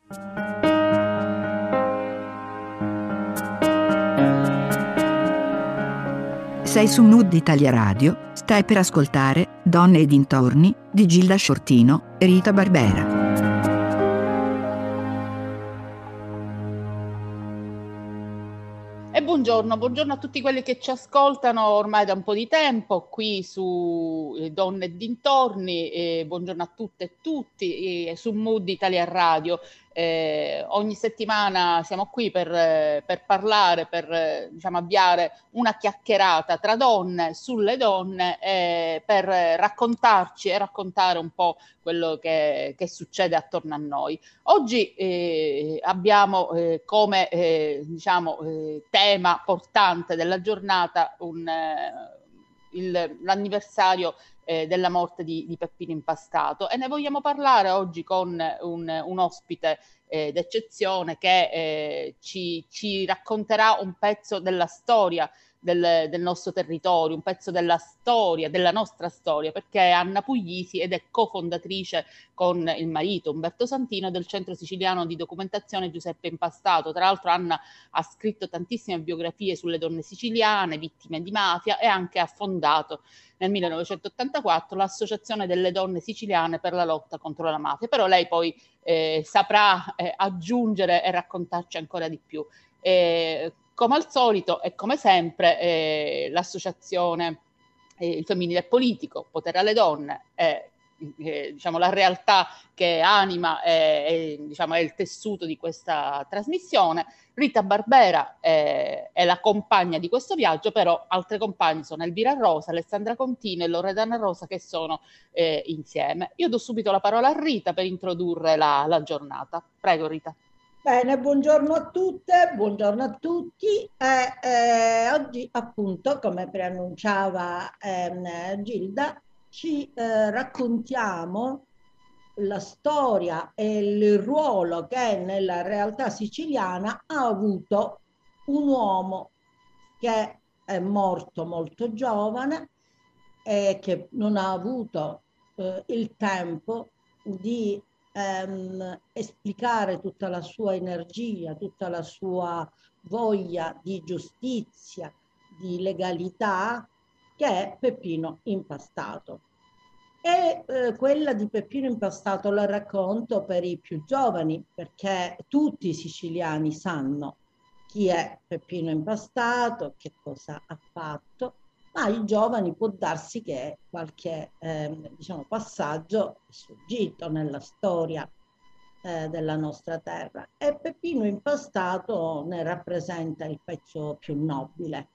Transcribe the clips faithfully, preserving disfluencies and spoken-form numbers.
Sei su Mood Italia Radio, stai per ascoltare Donne e dintorni di Gilda Shortino e Rita Barbera. E buongiorno, buongiorno a tutti quelli che ci ascoltano ormai da un po' di tempo qui su eh, Donne e dintorni, e buongiorno a tutte e tutti e su Mood Italia Radio. Eh, ogni settimana siamo qui per, eh, per parlare, per eh, diciamo, avviare una chiacchierata tra donne, sulle donne, eh, per raccontarci e raccontare un po' quello che, che succede attorno a noi. Oggi eh, abbiamo eh, come eh, diciamo, eh, tema portante della giornata un, eh, il, l'anniversario eh, della morte di, di Peppino Impastato, e ne vogliamo parlare oggi con un, un ospite eh, d'eccezione che eh, ci, ci racconterà un pezzo della storia del, del nostro territorio, un pezzo della storia, della nostra storia, perché è Anna Puglisi ed è cofondatrice con il marito Umberto Santino del Centro Siciliano di Documentazione Giuseppe Impastato. Tra l'altro Anna ha scritto tantissime biografie sulle donne siciliane, vittime di mafia, e anche ha fondato nel millenovecentottantaquattro l'Associazione delle Donne Siciliane per la lotta contro la mafia. Però lei poi eh, saprà eh, aggiungere e raccontarci ancora di più. Eh, come al solito e come sempre eh, l'associazione eh, Il Femminile Politico, Potere alle Donne, è eh, diciamo, la realtà che anima e diciamo, è il tessuto di questa trasmissione. Rita Barbera è, è la compagna di questo viaggio, però altre compagne sono Elvira Rosa, Alessandra Contino e Loredana Rosa, che sono eh, insieme. Io do subito la parola a Rita per introdurre la, la giornata. Prego Rita. Bene, buongiorno a tutte, buongiorno a tutti. Eh, eh, oggi appunto, come preannunciava ehm, Gilda, ci eh, raccontiamo la storia e il ruolo che nella realtà siciliana ha avuto un uomo che è morto molto giovane e che non ha avuto eh, il tempo di ehm, esplicare tutta la sua energia, tutta la sua voglia di giustizia, di legalità, che è Peppino Impastato. E eh, quella di Peppino Impastato la racconto per i più giovani, perché tutti i siciliani sanno chi è Peppino Impastato, che cosa ha fatto, ma ai giovani può darsi che qualche eh, diciamo, passaggio è sfuggito nella storia eh, della nostra terra, e Peppino Impastato ne rappresenta il pezzo più nobile.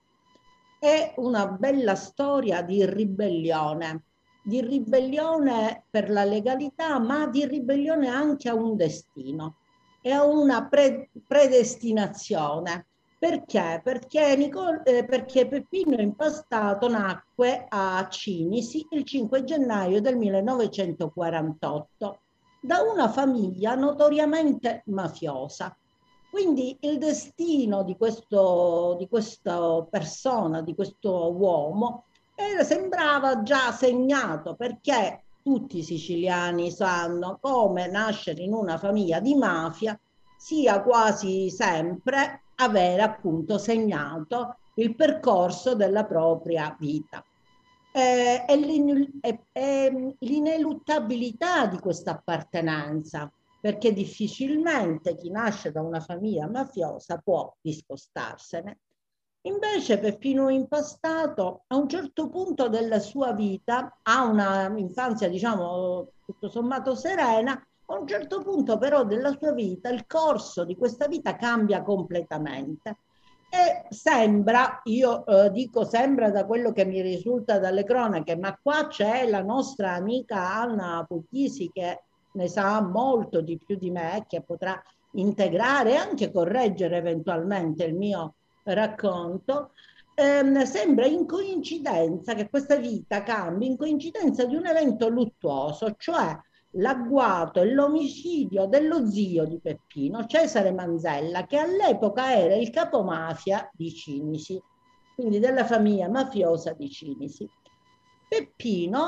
È una bella storia di ribellione, di ribellione per la legalità, ma di ribellione anche a un destino e a una pre- predestinazione. Perché? Perché, Nicol- eh, perché Peppino Impastato nacque a Cinisi il cinque gennaio del millenovecentoquarantotto da una famiglia notoriamente mafiosa. Quindi il destino di, questo, di questa persona, di questo uomo, era, sembrava già segnato, perché tutti i siciliani sanno come nascere in una famiglia di mafia sia quasi sempre avere appunto segnato il percorso della propria vita. Eh, è, l'in- è, è l'ineluttabilità di questa appartenenza, perché difficilmente chi nasce da una famiglia mafiosa può discostarsene. Invece Peppino Impastato a un certo punto della sua vita ha una infanzia, diciamo, tutto sommato serena. A un certo punto però della sua vita il corso di questa vita cambia completamente e sembra, io eh, dico sembra da quello che mi risulta dalle cronache, ma qua c'è la nostra amica Anna Puglisi che ne sa molto di più di me, che potrà integrare e anche correggere eventualmente il mio racconto. Ehm, sembra in coincidenza che questa vita cambi, in coincidenza di un evento luttuoso, cioè l'agguato e l'omicidio dello zio di Peppino, Cesare Manzella, che all'epoca era il capomafia di Cinisi, quindi della famiglia mafiosa di Cinisi. Peppino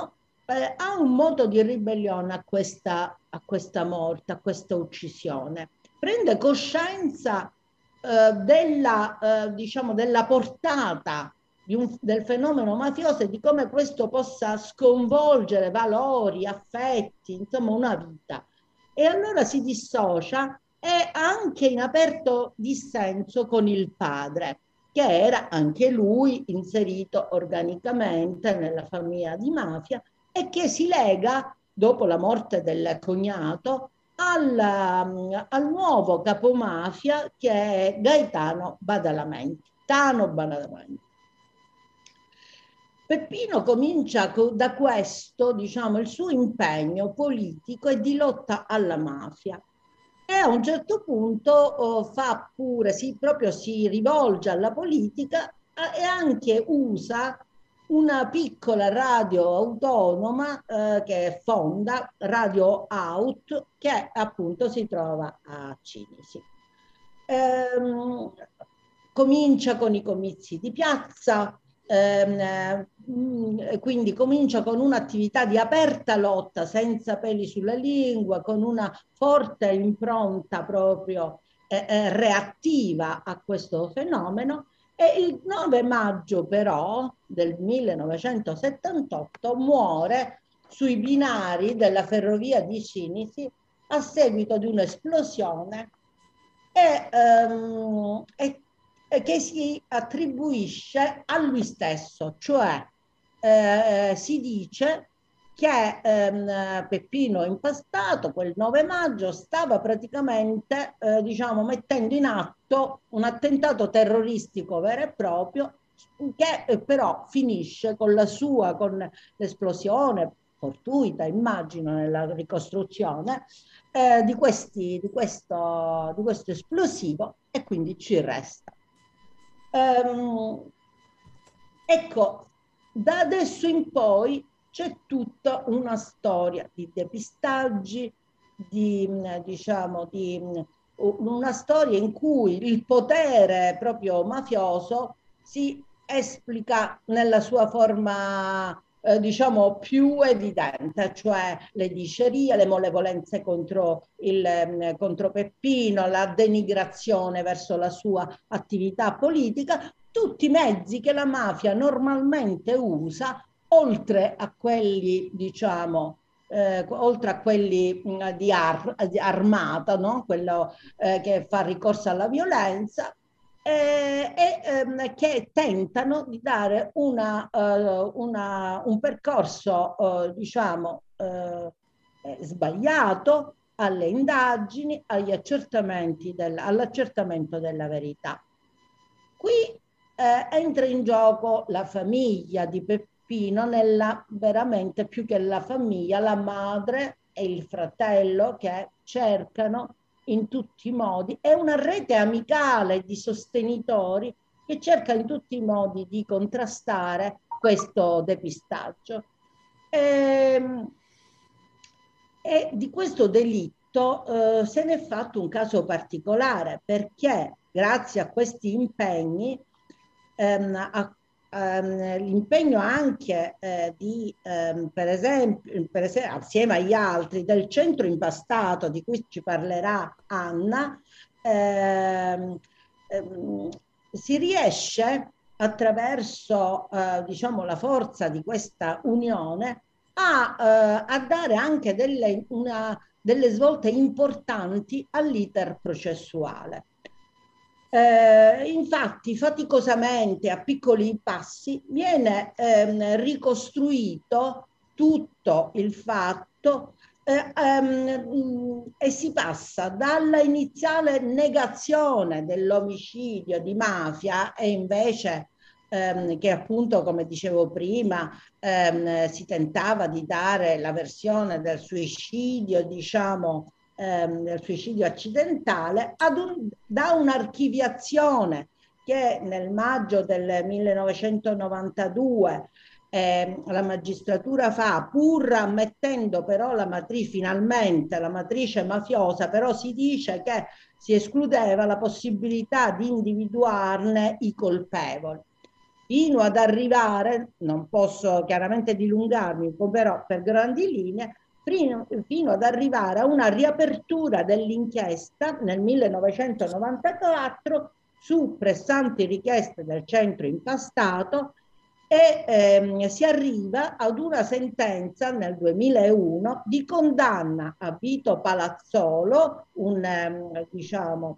eh, ha un moto di ribellione a questa, a questa morte, a questa uccisione. Prende coscienza eh, della, eh, diciamo, della portata di un, del fenomeno mafioso e di come questo possa sconvolgere valori, affetti, insomma una vita. E allora si dissocia e anche in aperto dissenso con il padre, che era anche lui inserito organicamente nella famiglia di mafia e che si lega, dopo la morte del cognato, al, al nuovo capomafia che è Gaetano Badalamenti. Tano Badalamenti. Peppino comincia da questo, diciamo, il suo impegno politico e di lotta alla mafia. E a un certo punto oh, fa pure, si, proprio si rivolge alla politica eh, e anche usa una piccola radio autonoma eh, che fonda, Radio Out, che appunto si trova a Cinisi. Ehm, comincia con i comizi di piazza, ehm, quindi comincia con un'attività di aperta lotta senza peli sulla lingua, con una forte impronta proprio eh, eh, reattiva a questo fenomeno. E il nove maggio però del millenovecentosettantotto muore sui binari della ferrovia di Cinisi a seguito di un'esplosione e, um, e, e che si attribuisce a lui stesso, cioè eh, si dice che ehm, Peppino Impastato quel nove maggio stava praticamente eh, diciamo mettendo in atto un attentato terroristico vero e proprio che eh, però finisce con la sua, con l'esplosione fortuita immagino nella ricostruzione eh, di, questi, di, questo, di questo esplosivo e quindi ci resta. Um, ecco, da adesso in poi c'è tutta una storia di depistaggi, di, diciamo, di una storia in cui il potere proprio mafioso si esplica nella sua forma eh, diciamo più evidente, cioè le dicerie, le malevolenze contro, il, contro Peppino, la denigrazione verso la sua attività politica, tutti i mezzi che la mafia normalmente usa, oltre a quelli, diciamo, eh, oltre a quelli mh, di, ar di armata, no? Quello eh, che fa ricorso alla violenza, eh, e ehm, che tentano di dare una, uh, una, un percorso, uh, diciamo, uh, sbagliato alle indagini, agli accertamenti del, all'accertamento della verità. Qui eh, entra in gioco la famiglia di Peppino, nella, veramente più che la famiglia, la madre e il fratello che cercano in tutti i modi, è una rete amicale di sostenitori che cerca in tutti i modi di contrastare questo depistaggio. E, e di questo delitto eh, se ne è fatto un caso particolare perché grazie a questi impegni ehm, a Um, l'impegno anche eh, di, um, per, esempio, per esempio, assieme agli altri, del centro impastato di cui ci parlerà Anna, ehm, ehm, si riesce attraverso eh, diciamo, la forza di questa unione a, eh, a dare anche delle, una, delle svolte importanti all'iter processuale. Eh, infatti faticosamente a piccoli passi viene ehm, ricostruito tutto il fatto eh, ehm, e si passa dalla iniziale negazione dell'omicidio di mafia e invece ehm, che appunto come dicevo prima ehm, si tentava di dare la versione del suicidio diciamo Ehm, del suicidio accidentale ad un, da un'archiviazione che nel maggio del millenovecentonovantadue eh, la magistratura fa, pur ammettendo però la matrice, finalmente la matrice mafiosa, però si dice che si escludeva la possibilità di individuarne i colpevoli. fino ad arrivare, non posso chiaramente dilungarmi, però per grandi linee, fino, fino ad arrivare a una riapertura dell'inchiesta nel millenovecentonovantaquattro su pressanti richieste del centro impastato, e ehm, si arriva ad una sentenza nel duemilauno di condanna a Vito Palazzolo, un ehm, diciamo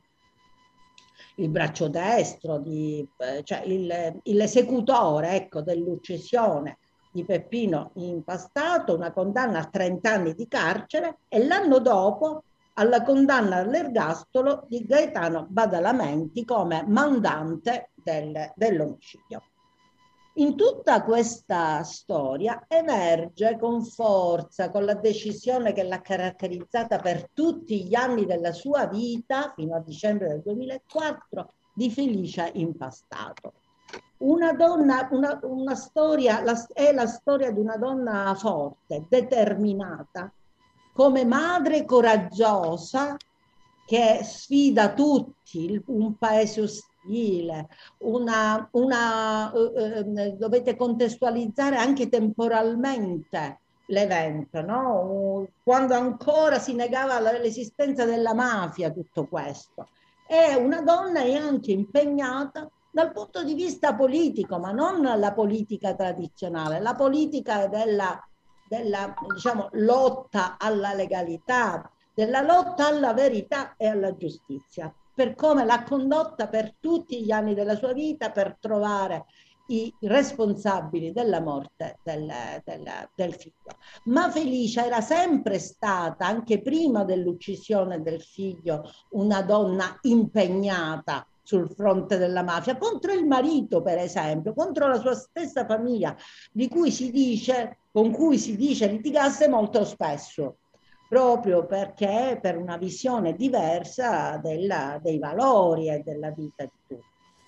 il braccio destro, di, eh, cioè il, l'esecutore, ecco, dell'uccisione di Peppino Impastato, una condanna a trenta anni di carcere, e l'anno dopo alla condanna all'ergastolo di Gaetano Badalamenti come mandante del, dell'omicidio. In tutta questa storia emerge con forza, con la decisione che l'ha caratterizzata per tutti gli anni della sua vita, fino a dicembre del duemilaquattro, di Felicia Impastato. Una donna, una, una storia, la, è la storia di una donna forte, determinata, come madre coraggiosa, che sfida tutti, un paese ostile, una, una eh, dovete contestualizzare anche temporalmente l'evento, no? Quando ancora si negava l'esistenza della mafia, tutto questo. È una donna e anche impegnata dal punto di vista politico, ma non la politica tradizionale, la politica della, della diciamo, lotta alla legalità, della lotta alla verità e alla giustizia, per come l'ha condotta per tutti gli anni della sua vita, per trovare i responsabili della morte del, del, del figlio. Ma Felicia era sempre stata, anche prima dell'uccisione del figlio, una donna impegnata sul fronte della mafia, contro il marito, per esempio, contro la sua stessa famiglia, di cui si dice, con cui si dice litigasse molto spesso, proprio perché per una visione diversa della, dei valori e della vita di tutti.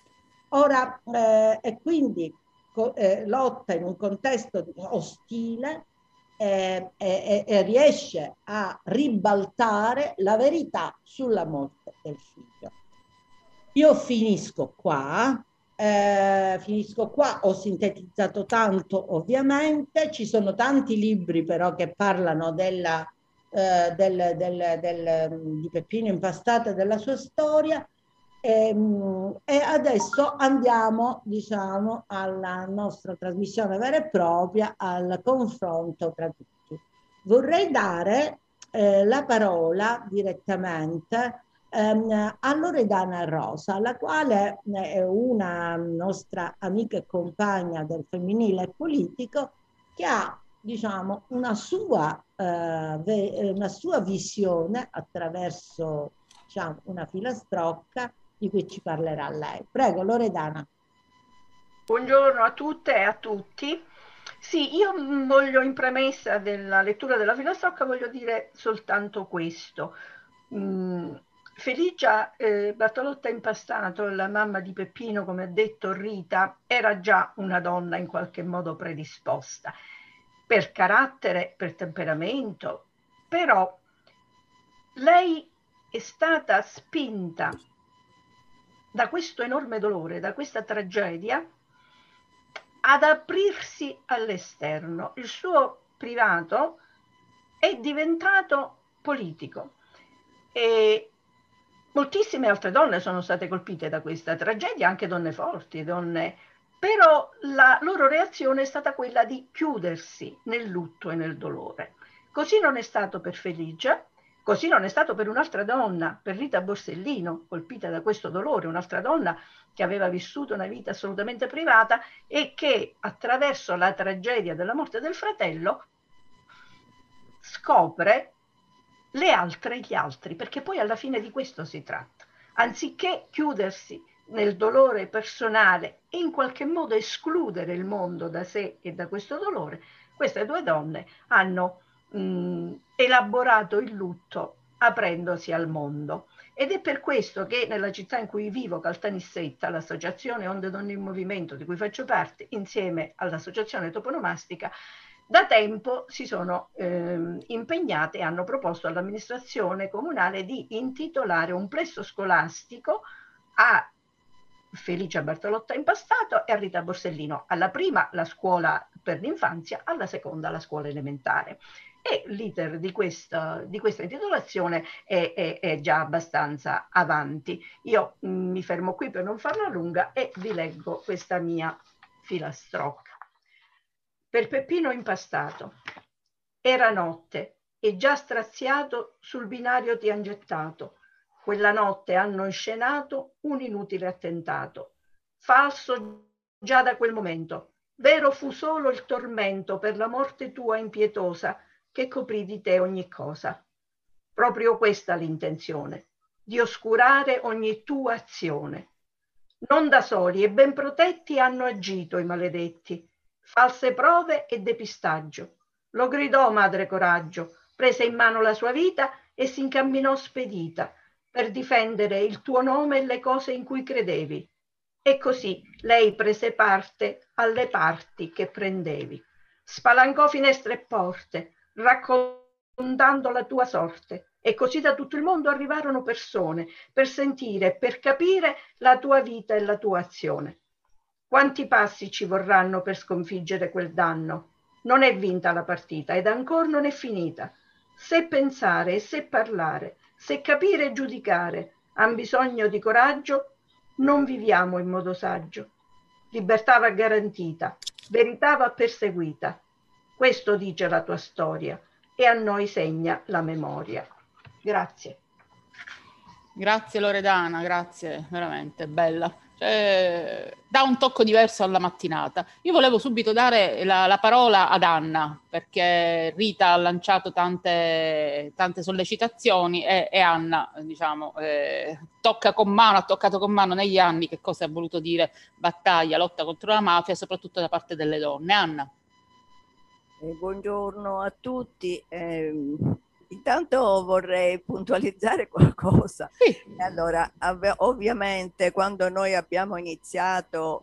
Ora, eh, e quindi eh, lotta in un contesto ostile eh, e, e riesce a ribaltare la verità sulla morte del figlio. Io finisco qua. Eh, finisco qua, ho sintetizzato tanto ovviamente, ci sono tanti libri però che parlano della, eh, del, del, del, di Peppino Impastato e della sua storia, e, e adesso andiamo, diciamo, alla nostra trasmissione vera e propria, al confronto tra tutti. Vorrei dare eh, la parola direttamente ehm, a Loredana Rosa, la quale è una nostra amica e compagna del femminile politico, che ha, diciamo, una sua, eh, una sua visione attraverso, diciamo, una filastrocca di cui ci parlerà lei. Prego, Loredana. Buongiorno a tutte e a tutti. Sì, io voglio, in premessa della lettura della filastrocca, voglio dire soltanto questo. Mm, Felicia eh, Bartolotta Impastato, la mamma di Peppino, come ha detto Rita, era già una donna in qualche modo predisposta, per carattere, per temperamento, però lei è stata spinta da questo enorme dolore, da questa tragedia, ad aprirsi all'esterno. Il suo privato è diventato politico e moltissime altre donne sono state colpite da questa tragedia, anche donne forti, donne, però la loro reazione è stata quella di chiudersi nel lutto e nel dolore. Così non è stato per Felicia. Così non è stato per un'altra donna, per Rita Borsellino, colpita da questo dolore, un'altra donna che aveva vissuto una vita assolutamente privata e che attraverso la tragedia della morte del fratello scopre le altre e gli altri, perché poi alla fine di questo si tratta. Anziché chiudersi nel dolore personale e in qualche modo escludere il mondo da sé e da questo dolore, queste due donne hanno mh, elaborato il lutto aprendosi al mondo. Ed è per questo che nella città in cui vivo, Caltanissetta, l'associazione Onde Donne in Movimento, di cui faccio parte, insieme all'associazione toponomastica, da tempo si sono eh, impegnate e hanno proposto all'amministrazione comunale di intitolare un plesso scolastico a Felicia Bartolotta Impastato e a Rita Borsellino. Alla prima la scuola per l'infanzia, alla seconda la scuola elementare. E l'iter di questa, di questa intitolazione è, è, è già abbastanza avanti. Io mh, mi fermo qui per non farla lunga e vi leggo questa mia filastrocca. Per Peppino Impastato. Era notte e già straziato sul binario ti han gettato. Quella notte hanno inscenato un inutile attentato. Falso già da quel momento. Vero fu solo il tormento per la morte tua impietosa che coprì di te ogni cosa. Proprio questa l'intenzione, di oscurare ogni tua azione. Non da soli e ben protetti hanno agito i maledetti. False prove e depistaggio. Lo gridò Madre Coraggio, prese in mano la sua vita e si incamminò spedita per difendere il tuo nome e le cose in cui credevi. E così lei prese parte alle parti che prendevi. Spalancò finestre e porte, raccontando la tua sorte. E così da tutto il mondo arrivarono persone per sentire e per capire la tua vita e la tua azione. Quanti passi ci vorranno per sconfiggere quel danno? Non è vinta la partita ed ancora non è finita. Se pensare e se parlare, se capire e giudicare han bisogno di coraggio, non viviamo in modo saggio. Libertà va garantita, verità va perseguita. Questo dice la tua storia e a noi segna la memoria. Grazie. Grazie Loredana, grazie, veramente bella. Cioè, dà un tocco diverso alla mattinata. Io volevo subito dare la, la parola ad Anna, perché Rita ha lanciato tante, tante sollecitazioni e, e Anna, diciamo, eh, tocca con mano, ha toccato con mano negli anni che cosa ha voluto dire battaglia, lotta contro la mafia, soprattutto da parte delle donne. Anna. Eh, buongiorno a tutti. Eh, Intanto vorrei puntualizzare qualcosa. Sì. Allora, ovviamente quando noi abbiamo iniziato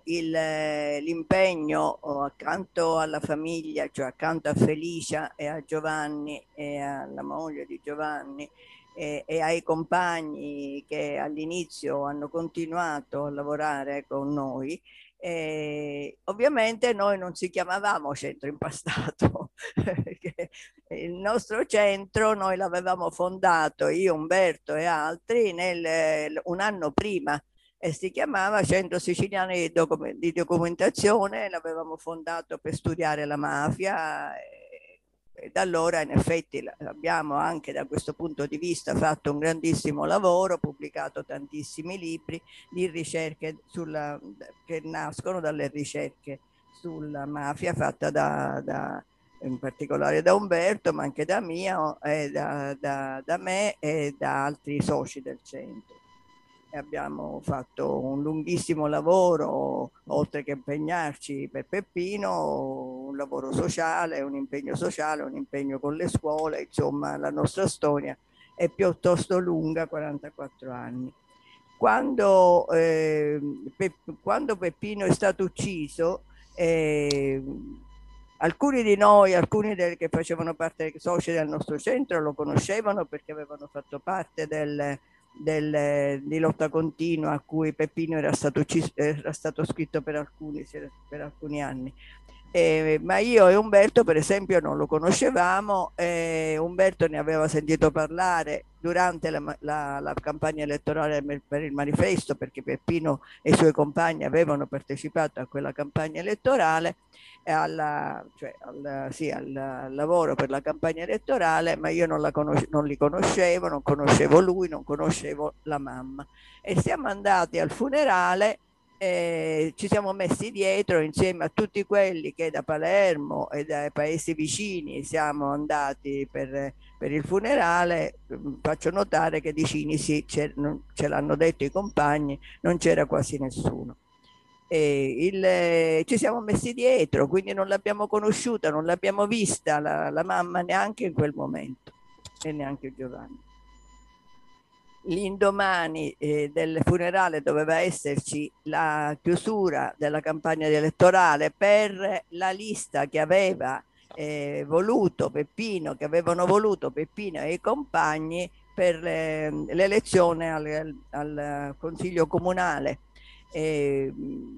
l'impegno accanto alla famiglia, cioè accanto a Felicia e a Giovanni e alla moglie di Giovanni e, e ai compagni che all'inizio hanno continuato a lavorare con noi, Eh, ovviamente noi non si chiamavamo Centro Impastato, perché il nostro centro noi l'avevamo fondato io, Umberto e altri nel, un anno prima e si chiamava Centro Siciliano di, Document di Documentazione, l'avevamo fondato per studiare la mafia e, e da allora in effetti abbiamo anche da questo punto di vista fatto un grandissimo lavoro, pubblicato tantissimi libri di ricerche sulla, che nascono dalle ricerche sulla mafia fatta da, da in particolare da Umberto, ma anche da mia e da, da, da me e da altri soci del centro. E abbiamo fatto un lunghissimo lavoro, oltre che impegnarci per Peppino, un lavoro sociale, un impegno sociale, un impegno con le scuole, insomma la nostra storia è piuttosto lunga, quarantaquattro anni. Quando, eh, Pe quando Peppino è stato ucciso, eh, alcuni di noi, alcuni del, che facevano parte dei soci del nostro centro lo conoscevano perché avevano fatto parte del, del, di Lotta Continua a cui Peppino era stato, ucciso, era stato scritto per alcuni, per alcuni anni. Eh, ma io e Umberto per esempio non lo conoscevamo, eh, Umberto ne aveva sentito parlare durante la, la, la campagna elettorale per il manifesto, perché Peppino e i suoi compagni avevano partecipato a quella campagna elettorale, alla, cioè al, sì, al lavoro per la campagna elettorale, ma io non, la non li conoscevo, non conoscevo lui, non conoscevo la mamma. E siamo andati al funerale. Eh, ci siamo messi dietro insieme a tutti quelli che da Palermo e dai paesi vicini siamo andati per, per il funerale. Faccio notare che di Cinisi, ce l'hanno detto i compagni, non c'era quasi nessuno. E il, ci siamo messi dietro, quindi non l'abbiamo conosciuta, non l'abbiamo vista la, la mamma neanche in quel momento e neanche Giovanni. L'indomani eh, del funerale doveva esserci la chiusura della campagna elettorale per la lista che aveva eh, voluto Peppino, che avevano voluto Peppino e i compagni per l'elezione al, al Consiglio Comunale. E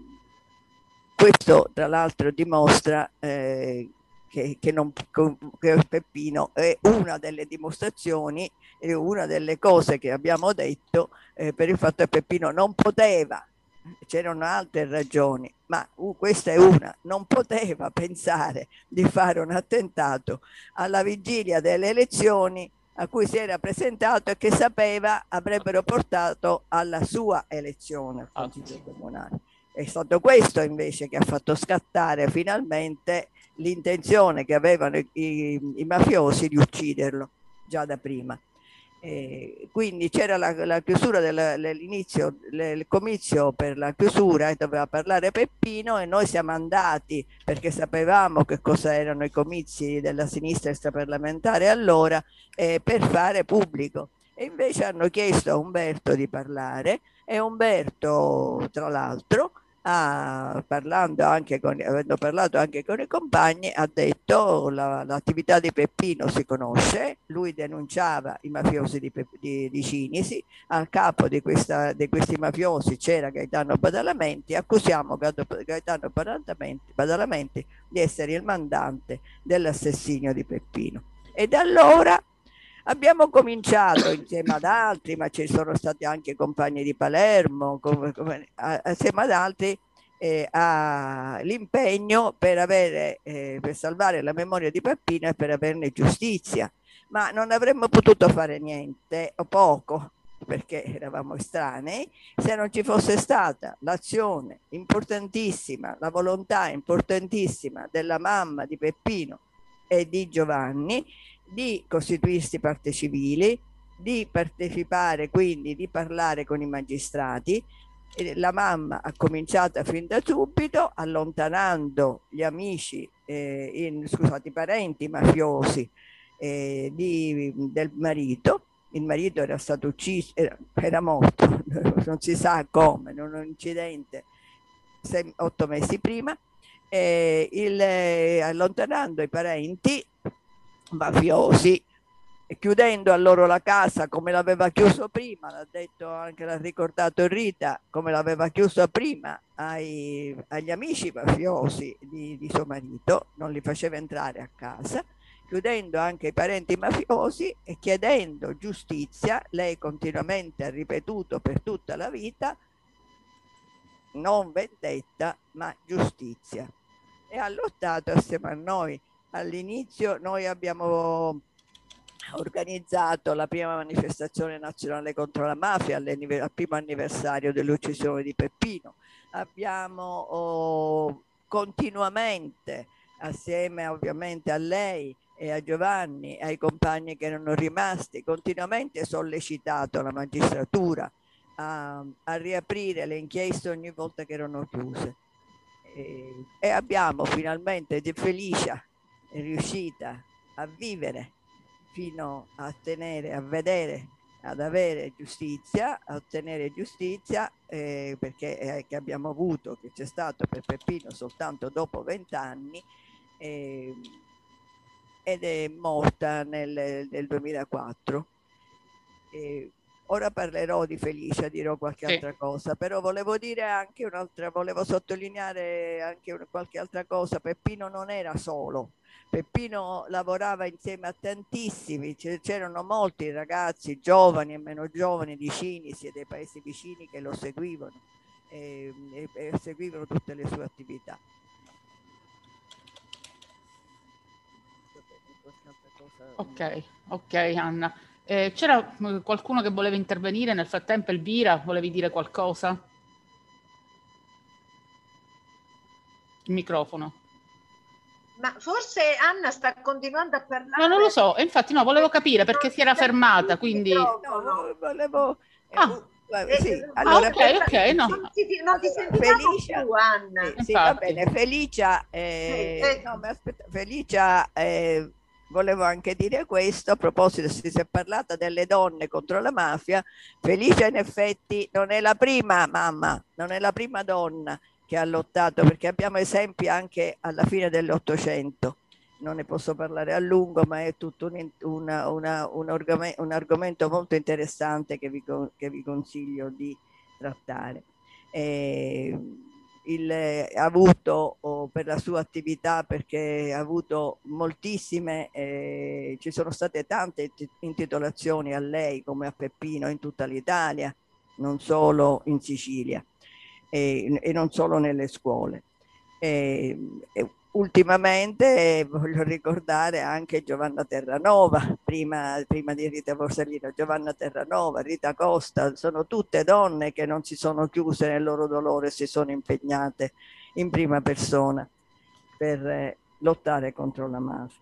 questo tra l'altro dimostra eh, che, che, non, che Peppino è una delle dimostrazioni, è una delle cose che abbiamo detto eh, per il fatto che Peppino non poteva, c'erano altre ragioni, ma uh, questa è una, non poteva pensare di fare un attentato alla vigilia delle elezioni a cui si era presentato e che sapeva avrebbero portato alla sua elezione al Consiglio Comunale. È stato questo invece che ha fatto scattare finalmente l'intenzione che avevano i, i, i mafiosi di ucciderlo già da prima. E quindi c'era la, la chiusura dell'inizio, il comizio per la chiusura e doveva parlare Peppino e noi siamo andati perché sapevamo che cosa erano i comizi della sinistra extraparlamentare allora eh, per fare pubblico. E invece hanno chiesto a Umberto di parlare e Umberto, tra l'altro, Ah, parlando anche con, avendo parlato anche con i compagni, ha detto la, l'attività di Peppino si conosce, lui denunciava i mafiosi di, di, di Cinisi, al capo di, questa, di questi mafiosi c'era Gaetano Badalamenti, accusiamo Gaetano Badalamenti, Badalamenti di essere il mandante dell'assassinio di Peppino. E da allora abbiamo cominciato insieme ad altri, ma ci sono stati anche compagni di Palermo, come, come, assieme ad altri, eh, l'impegno per, avere, eh, per salvare la memoria di Peppino e per averne giustizia. Ma non avremmo potuto fare niente o poco, perché eravamo estranei, se non ci fosse stata l'azione importantissima, la volontà importantissima della mamma di Peppino e di Giovanni, di costituirsi parte civili, di partecipare, quindi di parlare con i magistrati. La mamma ha cominciato fin da subito, allontanando gli amici, eh, in, scusate, i parenti mafiosi eh, di, del marito. Il marito era stato ucciso, era, era morto, non si sa come, in un incidente sei, otto mesi prima, eh, il, eh, allontanando i parenti mafiosi, chiudendo a loro la casa come l'aveva chiuso prima, l'ha detto anche, l'ha ricordato Rita, come l'aveva chiuso prima ai, agli amici mafiosi di, di suo marito, non li faceva entrare a casa, chiudendo anche i parenti mafiosi e chiedendo giustizia. Lei continuamente ha ripetuto per tutta la vita non vendetta ma giustizia, e ha lottato assieme a noi. All'inizio noi abbiamo organizzato la prima manifestazione nazionale contro la mafia al primo anniversario dell'uccisione di Peppino. Abbiamo oh, continuamente, assieme ovviamente a lei e a Giovanni e ai compagni che erano rimasti, continuamente sollecitato la magistratura a, a riaprire le inchieste ogni volta che erano chiuse. E, e abbiamo finalmente, Felicia è riuscita a vivere fino a tenere, a vedere, ad avere giustizia, a ottenere giustizia, eh, perché eh, che abbiamo avuto, che c'è stato per Peppino soltanto dopo vent'anni, eh, ed è morta nel, nel duemilaquattro. Eh, ora parlerò di Felicia, dirò qualche sì. altra cosa, però volevo dire anche un'altra, volevo sottolineare anche una, qualche altra cosa. Peppino non era solo. Peppino lavorava insieme a tantissimi, c'erano molti ragazzi giovani e meno giovani di Cinisi e dei paesi vicini che lo seguivano e, e, e seguivano tutte le sue attività. Ok, ok Anna. Eh, c'era qualcuno che voleva intervenire nel frattempo? Elvira, volevi dire qualcosa? Il microfono. Ma forse Anna sta continuando a parlare. No, non lo so, e infatti no, volevo capire perché si era fermata, quindi... No, no, volevo... Ah. Eh, sì, allora, ah, ok, ok, no. Non ti, non ti sentiamo Felicia, più, Anna. Sì, sì, va bene, Felicia, eh, eh. No, ma aspetta, Felicia, eh, volevo anche dire questo, a proposito, si è parlata delle donne contro la mafia. Felicia in effetti non è la prima mamma, non è la prima donna che ha lottato, perché abbiamo esempi anche alla fine dell'Ottocento. Non ne posso parlare a lungo, ma è tutto un, una, una, un, argomento, un argomento molto interessante che vi, che vi consiglio di trattare. E il, ha avuto oh, per la sua attività, perché ha avuto moltissime, eh, ci sono state tante intitolazioni a lei come a Peppino in tutta l'Italia, non solo in Sicilia e, e non solo nelle scuole. E, e ultimamente eh, voglio ricordare anche Giovanna Terranova, prima, prima di Rita Borsellino, Giovanna Terranova, Rita Costa, sono tutte donne che non si sono chiuse nel loro dolore, si sono impegnate in prima persona per eh, lottare contro la mafia.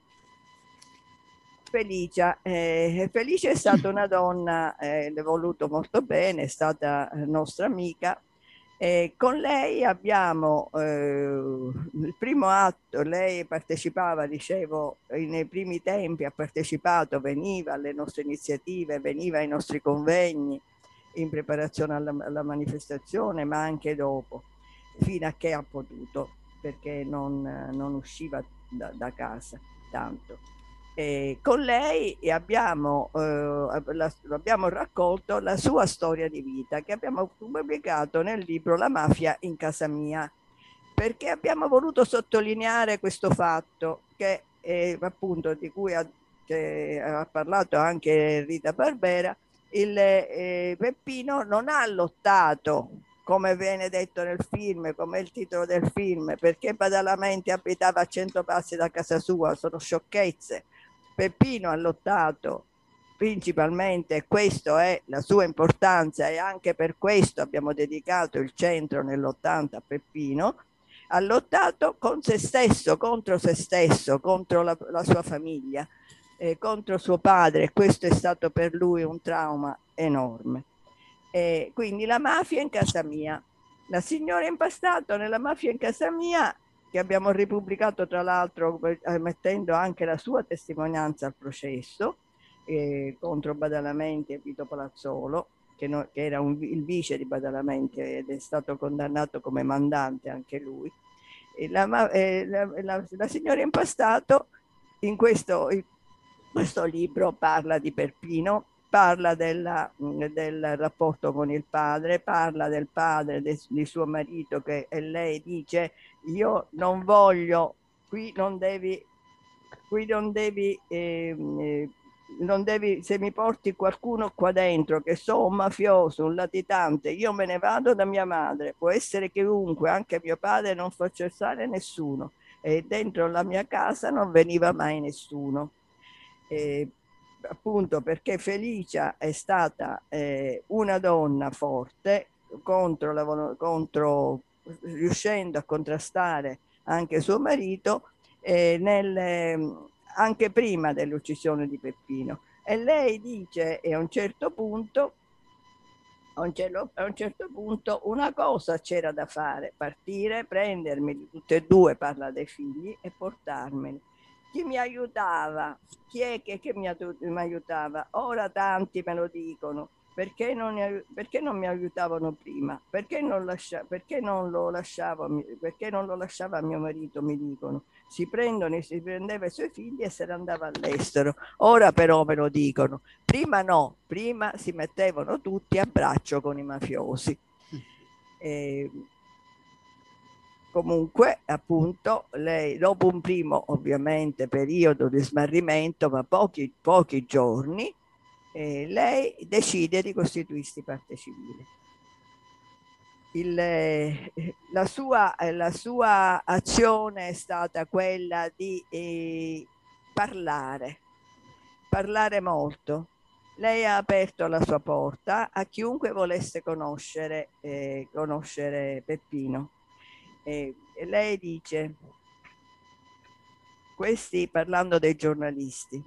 Felicia, eh, Felice è stata una donna, eh, l'ho voluto molto bene, è stata nostra amica. E con lei abbiamo eh, il primo atto, lei partecipava, dicevo, nei primi tempi ha partecipato, veniva alle nostre iniziative, veniva ai nostri convegni in preparazione alla, alla manifestazione, ma anche dopo, fino a che ha potuto, perché non, non usciva da, da casa tanto. E con lei abbiamo, eh, la, abbiamo raccolto la sua storia di vita, che abbiamo pubblicato nel libro La mafia in casa mia, perché abbiamo voluto sottolineare questo fatto che eh, appunto di cui ha, che ha parlato anche Rita Barbera. Il eh, Peppino non ha lottato, come viene detto nel film, come è il titolo del film, perché Badalamenti abitava a cento passi da casa sua, sono sciocchezze. Peppino ha lottato principalmente, e questa è la sua importanza, e anche per questo abbiamo dedicato il centro nell'ottanta a Peppino. Ha lottato con se stesso, contro se stesso, contro la, la sua famiglia, eh, contro suo padre, e questo è stato per lui un trauma enorme. E quindi La mafia in casa mia, La signora Impastato nella mafia in casa mia, che abbiamo ripubblicato tra l'altro eh, mettendo anche la sua testimonianza al processo eh, contro Badalamenti e Vito Palazzolo, che, no, che era un, il vice di Badalamenti ed è stato condannato come mandante anche lui. E la, eh, la, la, la signora Impastato in questo, in questo libro parla di Peppino, parla della, del rapporto con il padre, parla del padre de, di suo marito, che e lei dice: io non voglio, qui non devi, qui non devi, eh, eh, non devi, se mi porti qualcuno qua dentro che so un mafioso, un latitante, io me ne vado da mia madre, può essere chiunque, anche mio padre, non faccio stare nessuno, e dentro la mia casa non veniva mai nessuno. Eh, appunto perché Felicia è stata eh, una donna forte, contro la, contro, riuscendo a contrastare anche suo marito eh, nel, anche prima dell'uccisione di Peppino. E lei dice, e a un certo punto a un, certo, a un certo punto una cosa c'era da fare: partire, prendermi tutte e due, parla dei figli, e portarmeli. Chi mi aiutava? Chi è che, che mi, mi aiutava? Ora tanti me lo dicono. Perché non, perché non mi aiutavano prima? Perché non, lascia, perché non lo lasciavo, perché non lo lasciava mio marito, mi dicono. Si prendono, si prendeva i suoi figli e se ne andava all'estero. Ora però me lo dicono. Prima no, prima si mettevano tutti a braccio con i mafiosi. E comunque, appunto, lei dopo un primo, ovviamente, periodo di smarrimento, ma pochi, pochi giorni, eh, lei decide di costituirsi parte civile. Il, la, sua, la sua azione è stata quella di eh, parlare, parlare molto. Lei ha aperto la sua porta a chiunque volesse conoscere, eh, conoscere Peppino. E lei dice, questi, parlando dei giornalisti,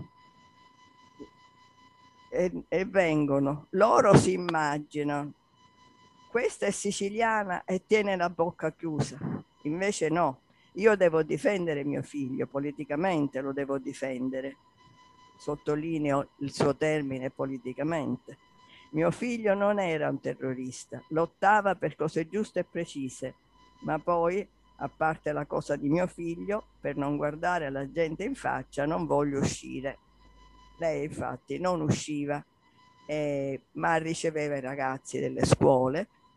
e, e vengono, loro si immaginano, questa è siciliana e tiene la bocca chiusa, invece no, io devo difendere mio figlio, politicamente lo devo difendere, sottolineo il suo termine, politicamente. Mio figlio non era un terrorista, lottava per cose giuste e precise, ma poi, a parte la cosa di mio figlio, per non guardare la gente in faccia non voglio uscire. Lei infatti non usciva, eh, ma riceveva i ragazzi delle scuole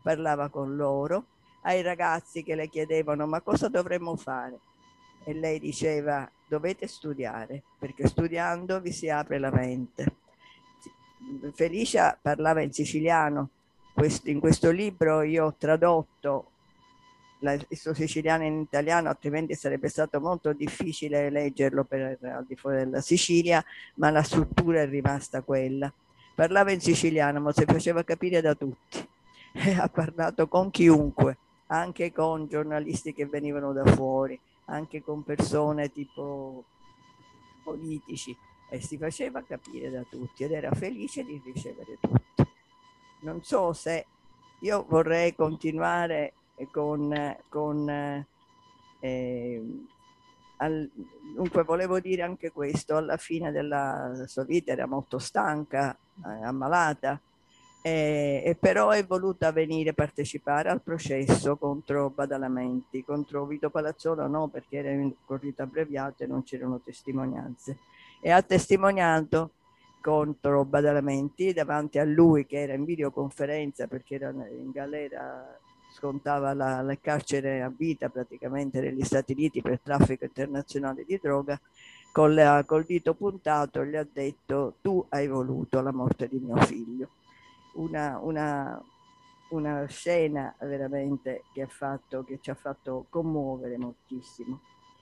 parlava con loro, ai ragazzi che le chiedevano ma cosa dovremmo fare, e lei diceva dovete studiare perché studiando vi si apre la mente. Felicia parlava in siciliano, questo, in questo libro io ho tradotto il suo siciliano in italiano, altrimenti sarebbe stato molto difficile leggerlo per, al di fuori della Sicilia, ma la struttura è rimasta quella. Parlava in siciliano, ma si faceva capire da tutti. Ha parlato con chiunque, anche con giornalisti che venivano da fuori, anche con persone tipo politici, e si faceva capire da tutti ed era felice di ricevere tutti. Non so se io vorrei continuare con, con eh, al, dunque volevo dire anche questo, alla fine della sua vita era molto stanca, eh, ammalata, eh, e però è voluta venire a partecipare al processo contro Badalamenti, contro Vito Palazzolo no, perché era in corrida abbreviata e non c'erano testimonianze, e ha testimoniato contro Badalamenti davanti a lui che era in videoconferenza perché era in galera, scontava la, la carcere a vita praticamente negli Stati Uniti per traffico internazionale di droga. Col, la, col dito puntato gli ha detto tu hai voluto la morte di mio figlio. Una, una, una scena veramente che, ha fatto, che ci ha fatto commuovere moltissimo.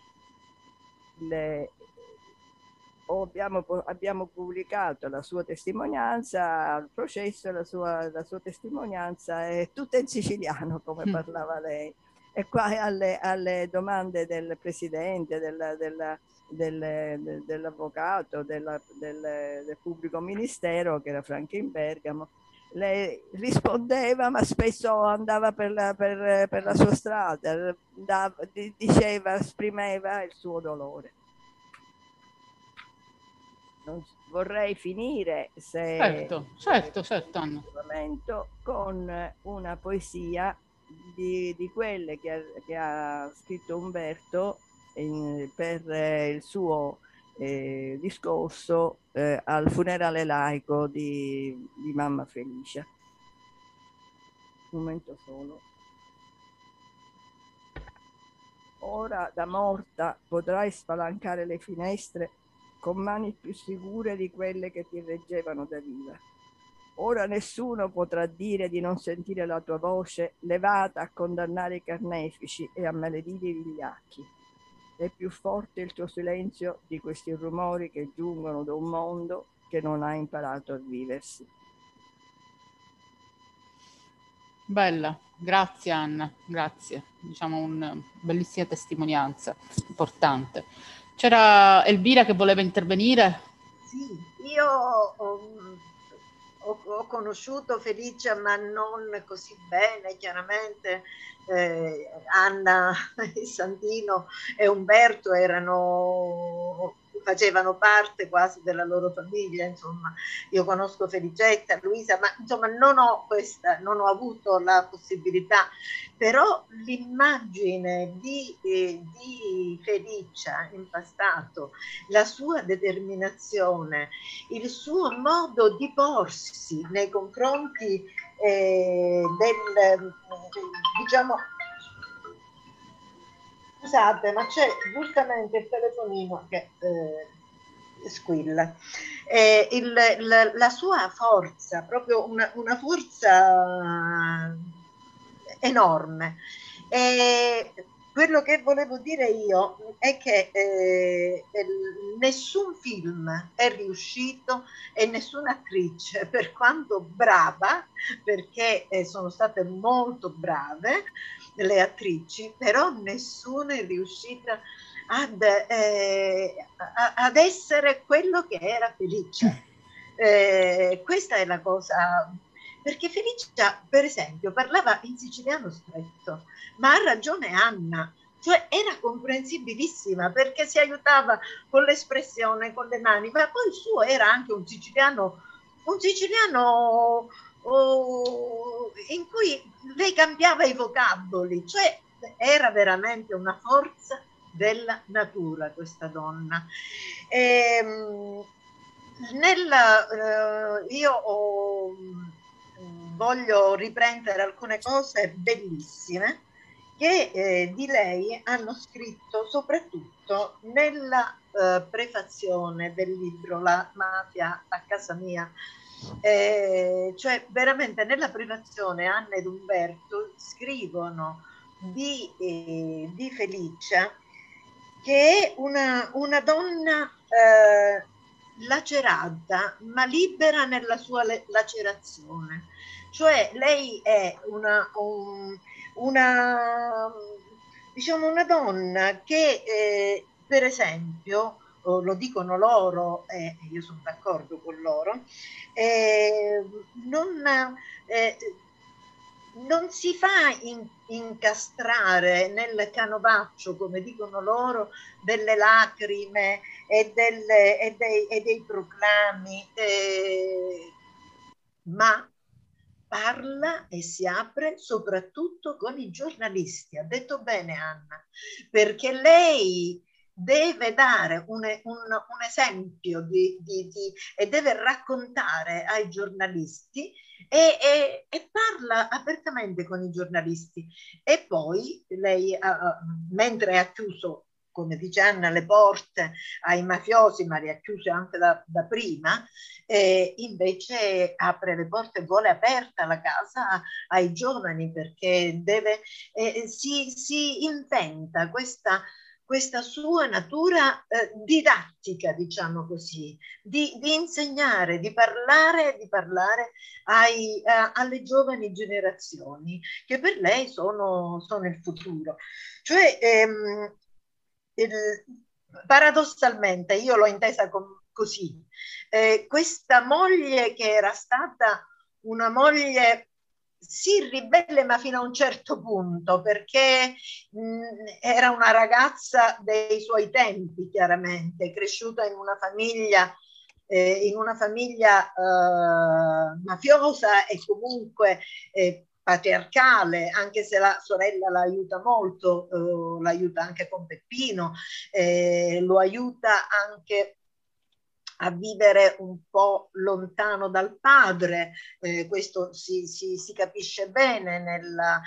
Le, Abbiamo, abbiamo pubblicato la sua testimonianza al processo, la sua, la sua testimonianza è tutta in siciliano come parlava lei, e qua alle, alle domande del presidente, della, della, del, dell'avvocato, della, del, del pubblico ministero che era Franco in Bergamo, lei rispondeva ma spesso andava per la, per, per la sua strada, da, diceva, esprimeva il suo dolore. Non vorrei finire se certo, certo, certo, Anna. con una poesia di, di quelle che ha, che ha scritto Umberto in, per eh, il suo eh, discorso eh, al funerale laico di, di mamma Felicia. Un momento solo. Ora da morta potrai spalancare le finestre con mani più sicure di quelle che ti reggevano da viva. Ora nessuno potrà dire di non sentire la tua voce levata a condannare i carnefici e a maledire i vigliacchi. È più forte il tuo silenzio di questi rumori che giungono da un mondo che non ha imparato a viversi. Bella, grazie Anna, grazie. Diciamo una bellissima testimonianza, importante. C'era Elvira che voleva intervenire? Sì, io ho, ho, ho conosciuto Felicia ma non così bene, chiaramente eh, Anna, Santino e Umberto erano, facevano parte quasi della loro famiglia, insomma io conosco Felicetta, Luisa, ma insomma non ho questa, non ho avuto la possibilità, però l'immagine di, eh, di Felicia in passato, la sua determinazione, il suo modo di porsi nei confronti eh, del, diciamo, scusate, ma c'è giustamente il telefonino che eh, squilla. Eh, il, la, la sua forza, proprio una, una forza enorme. E quello che volevo dire io è che eh, nessun film è riuscito e nessuna attrice, per quanto brava, perché eh, sono state molto brave le attrici, però nessuna è riuscita ad, eh, ad essere quello che era Felicia. Eh, questa è la cosa, perché Felicia, per esempio, parlava in siciliano stretto, ma ha ragione Anna, cioè era comprensibilissima perché si aiutava con l'espressione, con le mani, ma poi il suo era anche un siciliano, un siciliano oh, in cui lei cambiava i vocaboli, cioè era veramente una forza della natura questa donna. E, nella, eh, io ho voglio riprendere alcune cose bellissime che eh, di lei hanno scritto soprattutto nella eh, prefazione del libro La mafia a casa mia. Eh, cioè veramente nella prefazione Anna ed Umberto scrivono di, eh, di Felicia, che è una, una donna eh, lacerata ma libera nella sua lacerazione. Cioè lei è una, un, una, diciamo una donna che eh, per esempio, oh, lo dicono loro e eh, io sono d'accordo con loro, eh, non, eh, non si fa in, incastrare nel canovaccio, come dicono loro, delle lacrime e, delle, e, dei, e dei proclami, eh, ma parla e si apre soprattutto con i giornalisti. Ha detto bene Anna, perché lei deve dare un, un, un esempio di, di, di, e deve raccontare ai giornalisti e, e, e parla apertamente con i giornalisti. E poi lei, uh, mentre ha chiuso, come dice Anna, le porte ai mafiosi, ma le ha chiuse anche da, da prima, eh, invece apre le porte, vuole aperta la casa ai giovani, perché deve, eh, si, si inventa questa, questa sua natura eh, didattica, diciamo così, di, di insegnare, di parlare, di parlare ai, eh, alle giovani generazioni, che per lei sono, sono il futuro. Cioè, ehm, il, paradossalmente, io l'ho intesa com, così, eh, questa moglie che era stata una moglie sì ribelle ma fino a un certo punto, perché mh, era una ragazza dei suoi tempi, chiaramente cresciuta in una famiglia eh, in una famiglia eh, mafiosa e comunque eh, patriarcale, anche se la sorella l'aiuta molto, eh, l'aiuta anche con Peppino, eh, lo aiuta anche a vivere un po' lontano dal padre, eh, questo si, si, si capisce bene nella,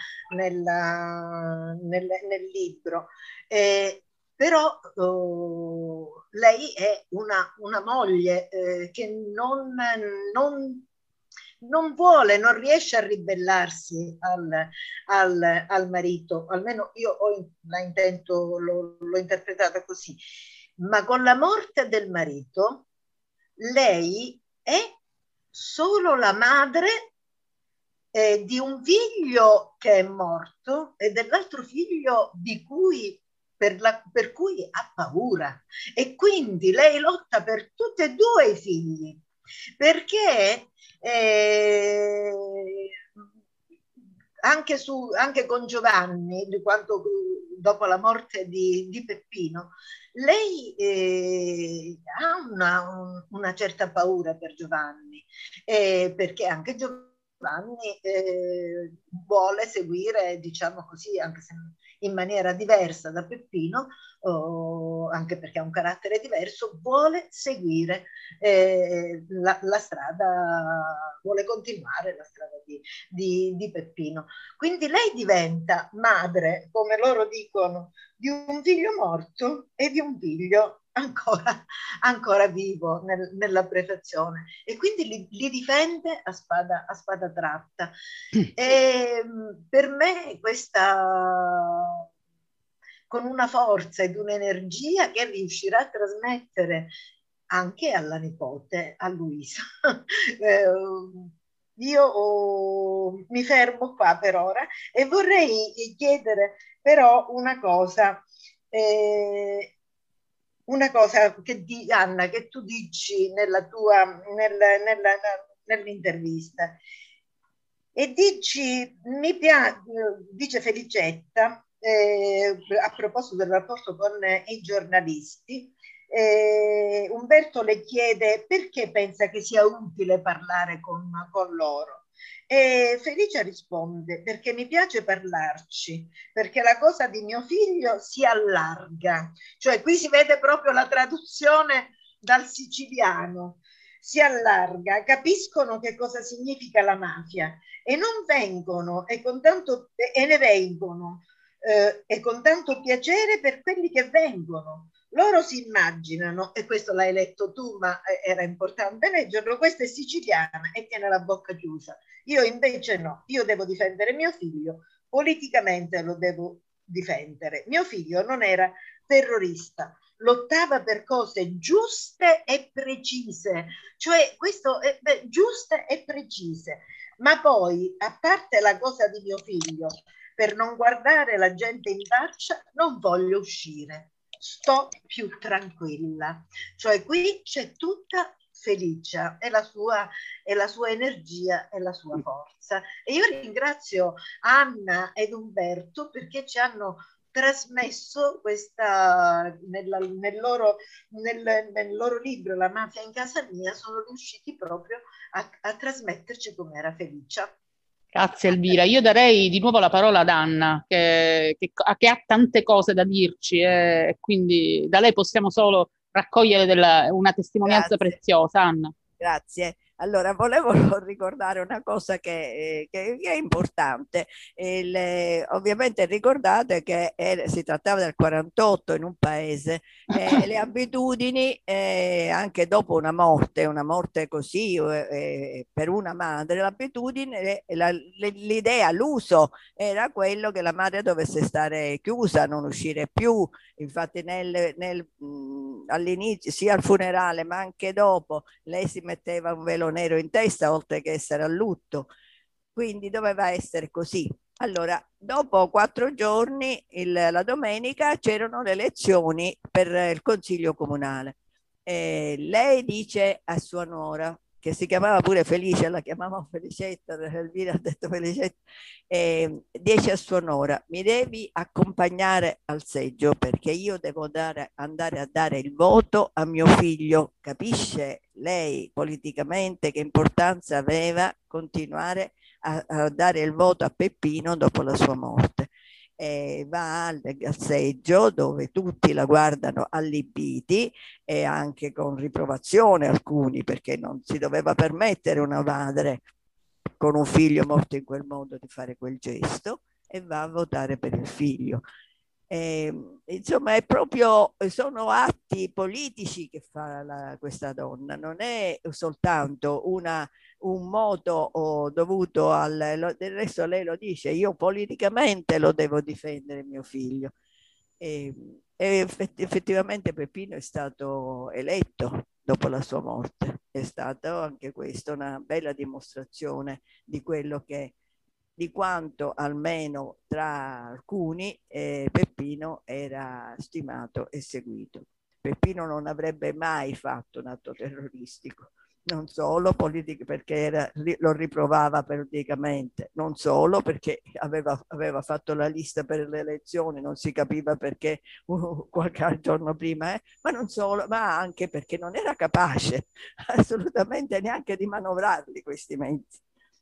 nella, nel, nel libro. Eh, però oh, lei è una, una moglie eh, che non, non, non vuole, non riesce a ribellarsi al, al, al marito, almeno io ho, la intento, l'ho, l'ho interpretata così, ma con la morte del marito lei è solo la madre eh, di un figlio che è morto e dell'altro figlio di cui, per, la, per cui ha paura, e quindi lei lotta per tutti e due i figli, perché eh, anche, su, anche con Giovanni, di quanto, dopo la morte di, di Peppino, lei eh, ha una, un, una certa paura per Giovanni, eh, perché anche Giovanni eh, vuole seguire, diciamo così, anche se in maniera diversa da Peppino, oh, anche perché ha un carattere diverso, vuole seguire eh, la, la strada, vuole continuare la strada di, di, di Peppino. Quindi lei diventa madre, come loro dicono, di un figlio morto e di un figlio ancora, ancora vivo nel, nella prefazione, e quindi li, li difende a spada, a spada tratta. E per me questa, con una forza ed un'energia che riuscirà a trasmettere anche alla nipote, a Luisa. eh, io oh, mi fermo qua per ora e vorrei chiedere però una cosa, eh, una cosa che di, Anna, che tu dici nella tua, nel, nella, nell'intervista, e dici, mi piace, dice Felicetta, eh, a proposito del rapporto con i giornalisti, eh, Umberto le chiede perché pensa che sia utile parlare con, con loro. E Felicia risponde: perché mi piace parlarci, perché la cosa di mio figlio si allarga. Cioè qui si vede proprio la traduzione dal siciliano. si allarga, capiscono che cosa significa la mafia e non vengono e, con tanto, e ne vengono eh, e con tanto piacere per quelli che vengono. Loro si immaginano, e questo l'hai letto tu, ma era importante leggerlo, questa è siciliana e tiene la bocca chiusa. Io invece no, io devo difendere mio figlio, politicamente lo devo difendere. Mio figlio non era terrorista, lottava per cose giuste e precise, cioè questo è beh, giuste e precise. Ma poi, a parte la cosa di mio figlio, per non guardare la gente in faccia, non voglio uscire. Sto più tranquilla, cioè qui c'è tutta Felicia e la sua, e la sua energia e la sua forza. E io ringrazio Anna ed Umberto perché ci hanno trasmesso questa nella, nel, loro, nel, nel loro libro La mafia in casa mia, sono riusciti proprio a, a trasmetterci com'era Felicia. Grazie Elvira. Io darei di nuovo la parola ad Anna, che, che, che ha tante cose da dirci e eh, quindi da lei possiamo solo raccogliere della, una testimonianza Grazie. preziosa. Anna. Grazie. Allora, volevo ricordare una cosa che, che, che è importante. Il, eh, ovviamente ricordate che era, si trattava del quarantotto in un paese e le abitudini, eh, anche dopo una morte, una morte così eh, per una madre, l'abitudine, la, l'idea, l'uso era quello che la madre dovesse stare chiusa, non uscire più. Infatti nel, nel, all'inizio, sia al funerale ma anche dopo, lei si metteva un velo nero in testa oltre che essere a lutto, quindi doveva essere così. Allora, dopo quattro giorni, il, la domenica, c'erano le elezioni per il consiglio comunale. E lei dice a sua nuora, che si chiamava pure Felice, la chiamavamo Felicetta, Elvira ha detto Felicetta, eh, dice a sua nuora: mi devi accompagnare al seggio perché io devo dare, andare a dare il voto a mio figlio. Capisce lei politicamente che importanza aveva continuare a, a dare il voto a Peppino dopo la sua morte? Eh, va al, al seggio dove tutti la guardano allibiti e anche con riprovazione alcuni, perché non si doveva permettere una madre con un figlio morto in quel modo di fare quel gesto, e va a votare per il figlio. Eh, insomma, è proprio, sono atti politici che fa la, questa donna, non è soltanto una, un moto oh, dovuto al, lo, del resto lei lo dice, io politicamente lo devo difendere mio figlio. E, e effettivamente Peppino è stato eletto dopo la sua morte, è stato anche questo una bella dimostrazione di quello che, di quanto almeno tra alcuni eh, Peppino era stimato e seguito. Peppino non avrebbe mai fatto un atto terroristico, non solo politica, perché era, lo riprovava politicamente, non solo perché aveva, aveva fatto la lista per le elezioni, non si capiva perché uh, qualche giorno prima, eh, ma non solo, ma anche perché non era capace assolutamente neanche di manovrarli questi mezzi.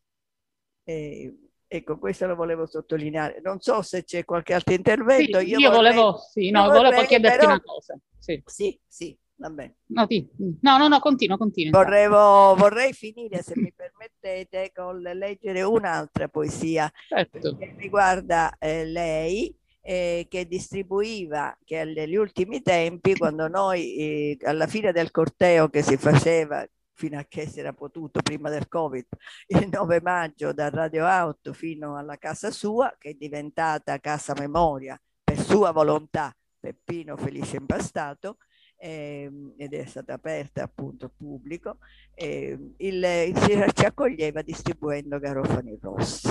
E, ecco, questo lo volevo sottolineare. Non so se c'è qualche altro intervento. Sì, io, io vorrei, volevo, sì, no, vorrei, volevo chiederti però, una cosa. Sì, sì, sì. Vabbè. No, ti, no, no, no, continua, continua. Vorrevo, vorrei finire, se mi permettete, con leggere un'altra poesia, certo, che riguarda eh, lei, eh, che distribuiva, che negli ultimi tempi, quando noi eh, alla fine del corteo che si faceva, fino a che si era potuto prima del Covid, il nove maggio da Radio Auto fino alla casa sua, che è diventata Casa Memoria per sua volontà, Peppino Felice Impastato, Eh, ed è stata aperta appunto al pubblico, eh, il, il, ci accoglieva distribuendo garofani rossi.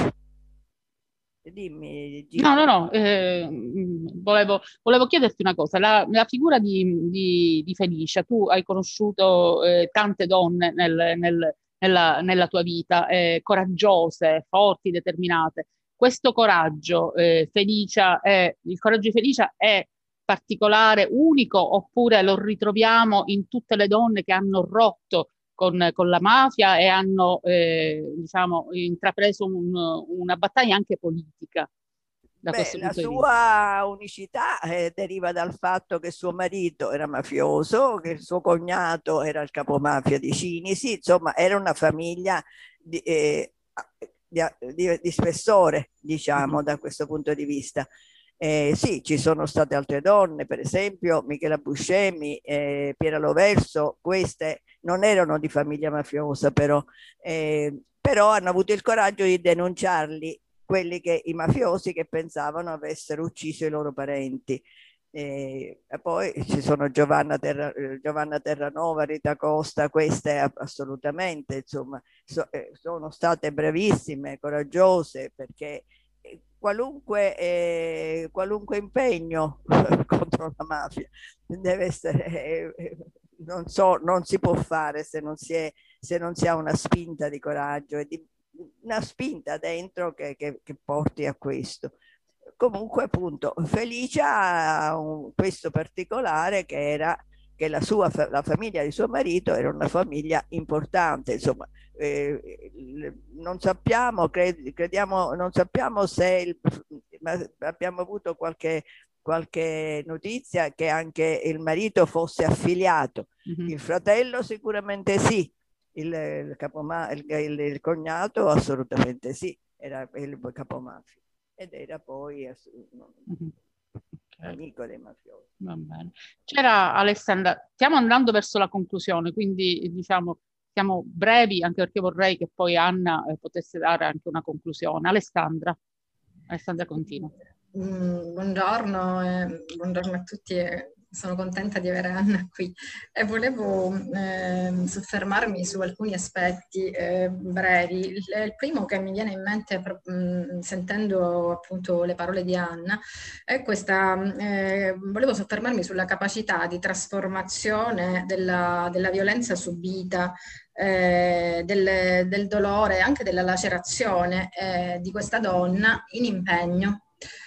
Dimmi, Gilda. No, no, no, eh, volevo, volevo chiederti una cosa, la, la figura di, di, di Felicia, tu hai conosciuto eh, tante donne nel, nel, nella, nella tua vita, eh, coraggiose, forti, determinate. Questo coraggio, eh, Felicia è, il coraggio di Felicia è particolare, unico, oppure lo ritroviamo in tutte le donne che hanno rotto con, con la mafia e hanno eh, diciamo, intrapreso un, una battaglia anche politica? da Beh, questo la punto di sua unicità eh, deriva dal fatto che suo marito era mafioso, che il suo cognato era il capomafia di Cinisi, insomma era una famiglia di, eh, di, di, di spessore, diciamo, vista? da questo punto di vista. Eh, sì, ci sono state altre donne, per esempio Michela Buscemi, eh, Piera Loverso, queste non erano di famiglia mafiosa, però, eh, però hanno avuto il coraggio di denunciarli, quelli che i mafiosi che pensavano avessero ucciso i loro parenti. E poi ci sono Giovanna, Terra, Giovanna Terranova, Rita Costa, queste assolutamente, insomma, so, eh, sono state bravissime, coraggiose, perché qualunque, eh, qualunque impegno contro la mafia deve essere, eh, non so, non si può fare se non si, è, se non si ha una spinta di coraggio e di, una spinta dentro che, che, che porti a questo. Comunque, appunto, Felicia ha un, questo particolare che era che la sua la famiglia di suo marito era una famiglia importante, insomma, eh, non sappiamo, cred, crediamo, non sappiamo se il, ma abbiamo avuto qualche, qualche notizia che anche il marito fosse affiliato. Mm-hmm. Il fratello sicuramente sì, il, il, capoma, il, il, il cognato assolutamente sì, era il capomafia. Ed era poi mm-hmm. okay. amico dei mafiosi. Va bene. C'era Alessandra, stiamo andando verso la conclusione, quindi diciamo siamo brevi, anche perché vorrei che poi Anna eh, potesse dare anche una conclusione. Alessandra, Alessandra continua. Mm, buongiorno, eh, buongiorno a tutti. Eh. Sono contenta di avere Anna qui e volevo eh, soffermarmi su alcuni aspetti eh, brevi. Il, il primo che mi viene in mente mh, sentendo appunto le parole di Anna è questa, eh, volevo soffermarmi sulla capacità di trasformazione della, della violenza subita, eh, del, del dolore, anche della lacerazione eh, di questa donna in impegno.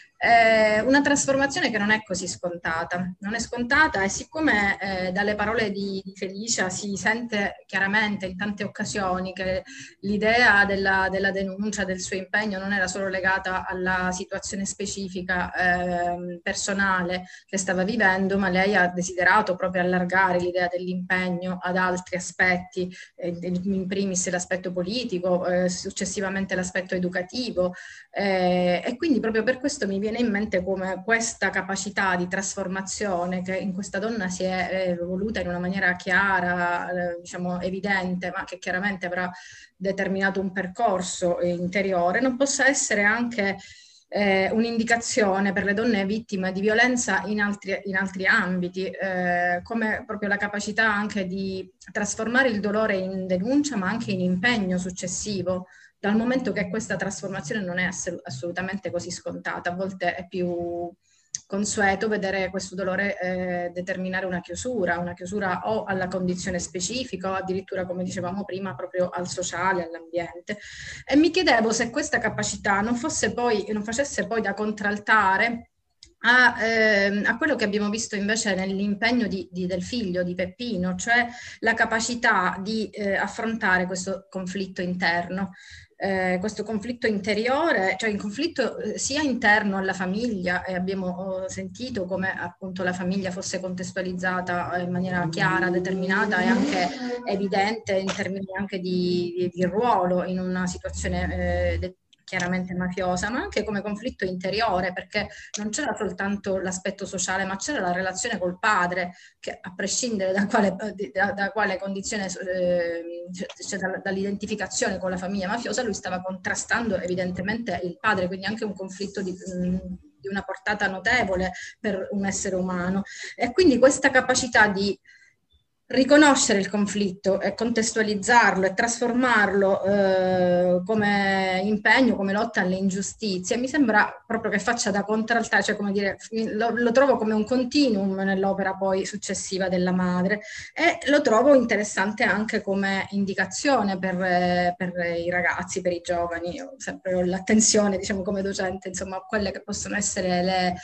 Eh, una trasformazione che non è così scontata, non è scontata e siccome eh, dalle parole di, di Felicia si sente chiaramente in tante occasioni che l'idea della, della denuncia, del suo impegno non era solo legata alla situazione specifica eh, personale che stava vivendo, ma lei ha desiderato proprio allargare l'idea dell'impegno ad altri aspetti, eh, in primis l'aspetto politico, eh, successivamente l'aspetto educativo eh, e quindi proprio per questo mi viene in mente come questa capacità di trasformazione che in questa donna si è eh, evoluta in una maniera chiara, eh, diciamo evidente, ma che chiaramente avrà determinato un percorso interiore, non possa essere anche eh, un'indicazione per le donne vittime di violenza in altri, in altri ambiti, eh, come proprio la capacità anche di trasformare il dolore in denuncia, ma anche in impegno successivo, dal momento che questa trasformazione non è ass- assolutamente così scontata. A volte è più consueto vedere questo dolore eh, determinare una chiusura, una chiusura o alla condizione specifica o addirittura, come dicevamo prima, proprio al sociale, all'ambiente. E mi chiedevo se questa capacità non fosse poi, non facesse poi da contraltare A, eh, a quello che abbiamo visto invece nell'impegno di, di, del figlio di Peppino, cioè la capacità di eh, affrontare questo conflitto interno, eh, questo conflitto interiore, cioè un conflitto eh, sia interno alla famiglia, e abbiamo oh, sentito come appunto la famiglia fosse contestualizzata in maniera chiara, determinata e anche evidente in termini anche di, di, di ruolo in una situazione eh, de- chiaramente mafiosa, ma anche come conflitto interiore, perché non c'era soltanto l'aspetto sociale, ma c'era la relazione col padre, che a prescindere da quale, da, da quale condizione, eh, cioè da, dall'identificazione con la famiglia mafiosa, lui stava contrastando evidentemente il padre, quindi anche un conflitto di, di una portata notevole per un essere umano. E quindi questa capacità di riconoscere il conflitto e contestualizzarlo e trasformarlo eh, come impegno, come lotta alle ingiustizie, mi sembra proprio che faccia da contraltare, cioè come dire, lo, lo trovo come un continuum nell'opera poi successiva della madre e lo trovo interessante anche come indicazione per, per i ragazzi, per i giovani. Io sempre ho l'attenzione, diciamo, come docente, insomma, a quelle che possono essere le,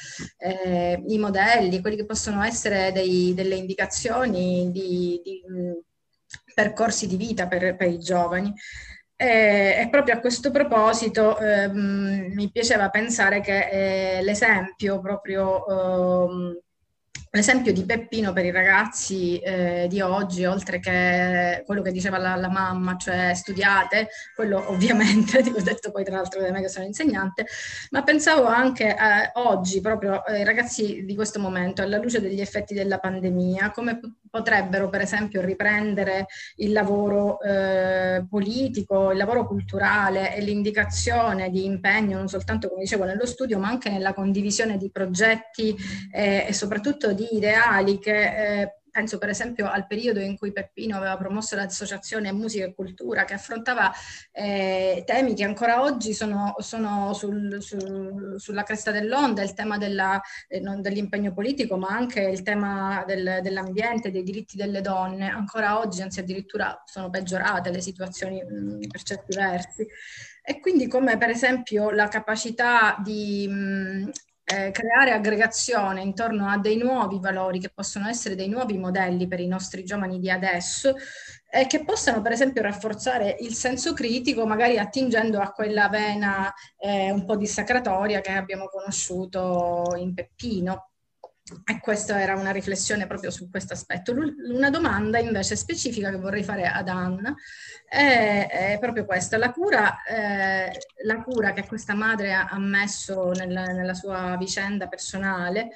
eh, i modelli, quelli che possono essere dei, delle indicazioni di Di, di percorsi di vita per, per i giovani. E, e proprio a questo proposito ehm, mi piaceva pensare che eh, l'esempio proprio ehm, l'esempio di Peppino per i ragazzi eh, di oggi, oltre che quello che diceva la, la mamma, cioè studiate, quello ovviamente, ti ho detto poi tra l'altro da me che sono insegnante, ma pensavo anche eh, oggi proprio ai ragazzi di questo momento, alla luce degli effetti della pandemia, come potrebbero per esempio riprendere il lavoro eh, politico, il lavoro culturale e l'indicazione di impegno non soltanto, come dicevo, nello studio, ma anche nella condivisione di progetti eh, e soprattutto di ideali che eh, penso per esempio al periodo in cui Peppino aveva promosso l'associazione Musica e Cultura, che affrontava eh, temi che ancora oggi sono, sono sul, sul, sulla cresta dell'onda, il tema della, eh, non dell'impegno politico, ma anche il tema del, dell'ambiente, dei diritti delle donne. Ancora oggi, anzi addirittura sono peggiorate le situazioni mh, per certi versi. E quindi come per esempio la capacità di mh, eh, creare aggregazione intorno a dei nuovi valori che possono essere dei nuovi modelli per i nostri giovani di adesso e che possano per esempio rafforzare il senso critico, magari attingendo a quella vena eh, un po' dissacratoria che abbiamo conosciuto in Peppino. E questa era una riflessione proprio su questo aspetto. Una domanda invece specifica che vorrei fare ad Anna è, è proprio questa: la cura, eh, la cura che questa madre ha messo nel, nella sua vicenda personale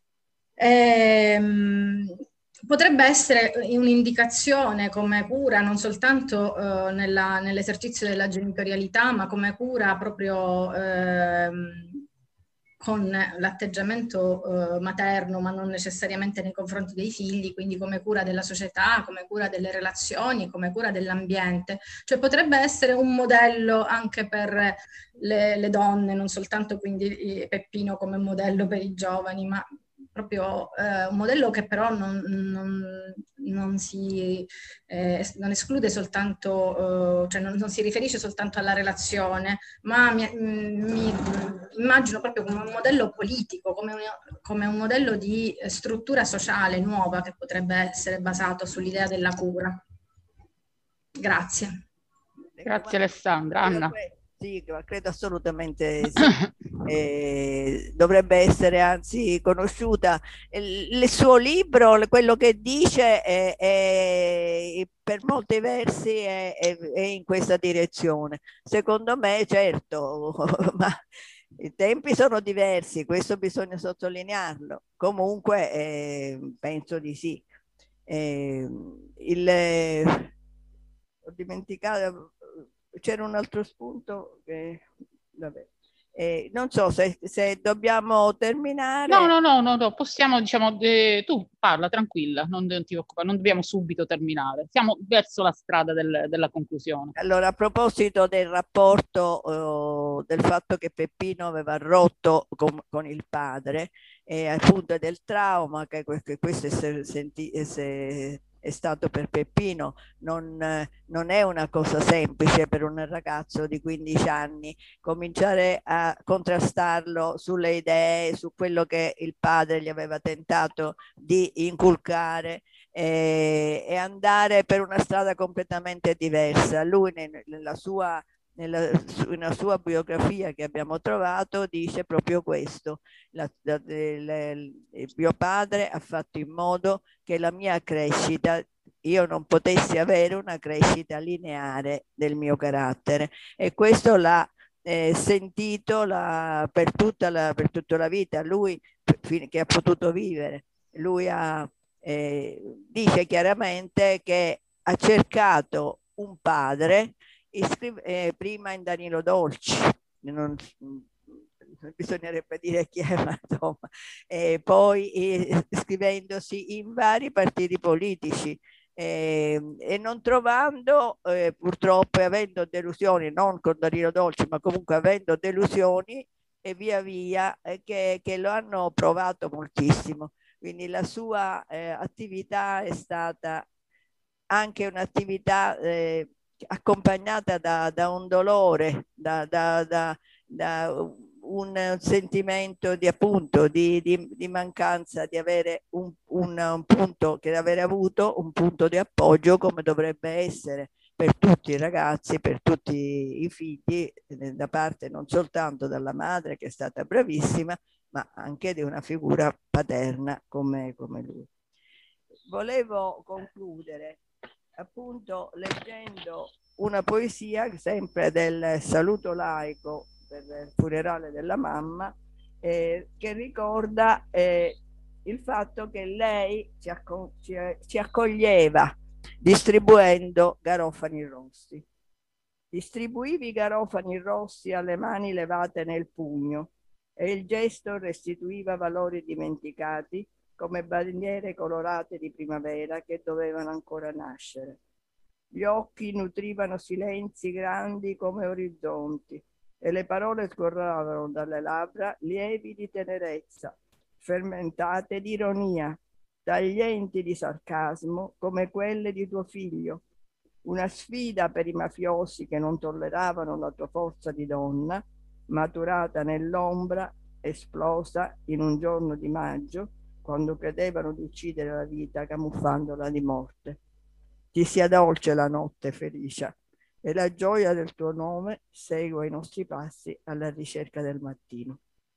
ehm, potrebbe essere un'indicazione come cura non soltanto eh, nella, nell'esercizio della genitorialità, ma come cura proprio ehm, con l'atteggiamento eh, materno, ma non necessariamente nei confronti dei figli, quindi come cura della società, come cura delle relazioni, come cura dell'ambiente. Cioè potrebbe essere un modello anche per le, le donne, non soltanto quindi Peppino come modello per i giovani, ma proprio eh, un modello che però non, non, non si eh, non esclude soltanto, eh, cioè non, non si riferisce soltanto alla relazione, ma mi, mi immagino proprio come un modello politico, come un, come un modello di struttura sociale nuova che potrebbe essere basato sull'idea della cura. Grazie. Grazie Alessandra. Anna. Sì, credo assolutamente sì. Eh, dovrebbe essere anzi conosciuta. Il, il suo libro, quello che dice, è, è, per molti versi è, è, è in questa direzione. Secondo me, certo, ma i tempi sono diversi, questo bisogna sottolinearlo. Comunque, eh, penso di sì. Eh, il, ho dimenticato. C'era un altro spunto che vabbè. Eh, non so se, se dobbiamo terminare. No, no, no, no, no. Possiamo, diciamo, eh, tu parla tranquilla, non, non ti preoccupare, non dobbiamo subito terminare. Siamo verso la strada del, della conclusione. Allora, a proposito del rapporto, eh, del fatto che Peppino aveva rotto con, con il padre e appunto del trauma che, che questo è, senti, è, è stato per Peppino, non, non è una cosa semplice per un ragazzo di quindici anni cominciare a contrastarlo sulle idee, su quello che il padre gli aveva tentato di inculcare e, e andare per una strada completamente diversa. Lui nella sua Nella, nella sua biografia che abbiamo trovato dice proprio questo: la, la, la, il mio padre ha fatto in modo che la mia crescita, io non potessi avere una crescita lineare del mio carattere, e questo l'ha eh, sentito la, per, tutta la, per tutta la vita, lui che ha potuto vivere. Lui ha, eh, dice chiaramente che ha cercato un padre. Iscrive, eh, prima in Danilo Dolci, non, non bisognerebbe dire chi è, ma insomma, eh, poi eh, iscrivendosi in vari partiti politici eh, e non trovando, eh, purtroppo, e avendo delusioni, non con Danilo Dolci, ma comunque avendo delusioni e via via eh, che, che lo hanno provato moltissimo. Quindi la sua eh, attività è stata anche un'attività eh, accompagnata da, da un dolore, da, da, da, da un sentimento di appunto di, di, di mancanza di avere un, un, un punto, che avere avuto un punto di appoggio come dovrebbe essere per tutti i ragazzi, per tutti i figli, eh, da parte non soltanto della madre, che è stata bravissima, ma anche di una figura paterna come, come lui. Volevo concludere appunto leggendo una poesia sempre del saluto laico per il funerale della mamma, eh, che ricorda eh, il fatto che lei ci, acco- ci, ci accoglieva distribuendo garofani rossi. Distribuivi i garofani rossi alle mani levate nel pugno e il gesto restituiva valori dimenticati come bandiere colorate di primavera che dovevano ancora nascere. Gli occhi nutrivano silenzi grandi come orizzonti e le parole sgorgavano dalle labbra lievi di tenerezza, fermentate di ironia, taglienti di sarcasmo come quelle di tuo figlio. Una sfida per i mafiosi che non tolleravano la tua forza di donna, maturata nell'ombra, esplosa in un giorno di maggio, quando credevano di uccidere la vita camuffandola di morte. Ti sia dolce la notte, Felicia, e la gioia del tuo nome segua i nostri passi alla ricerca del mattino.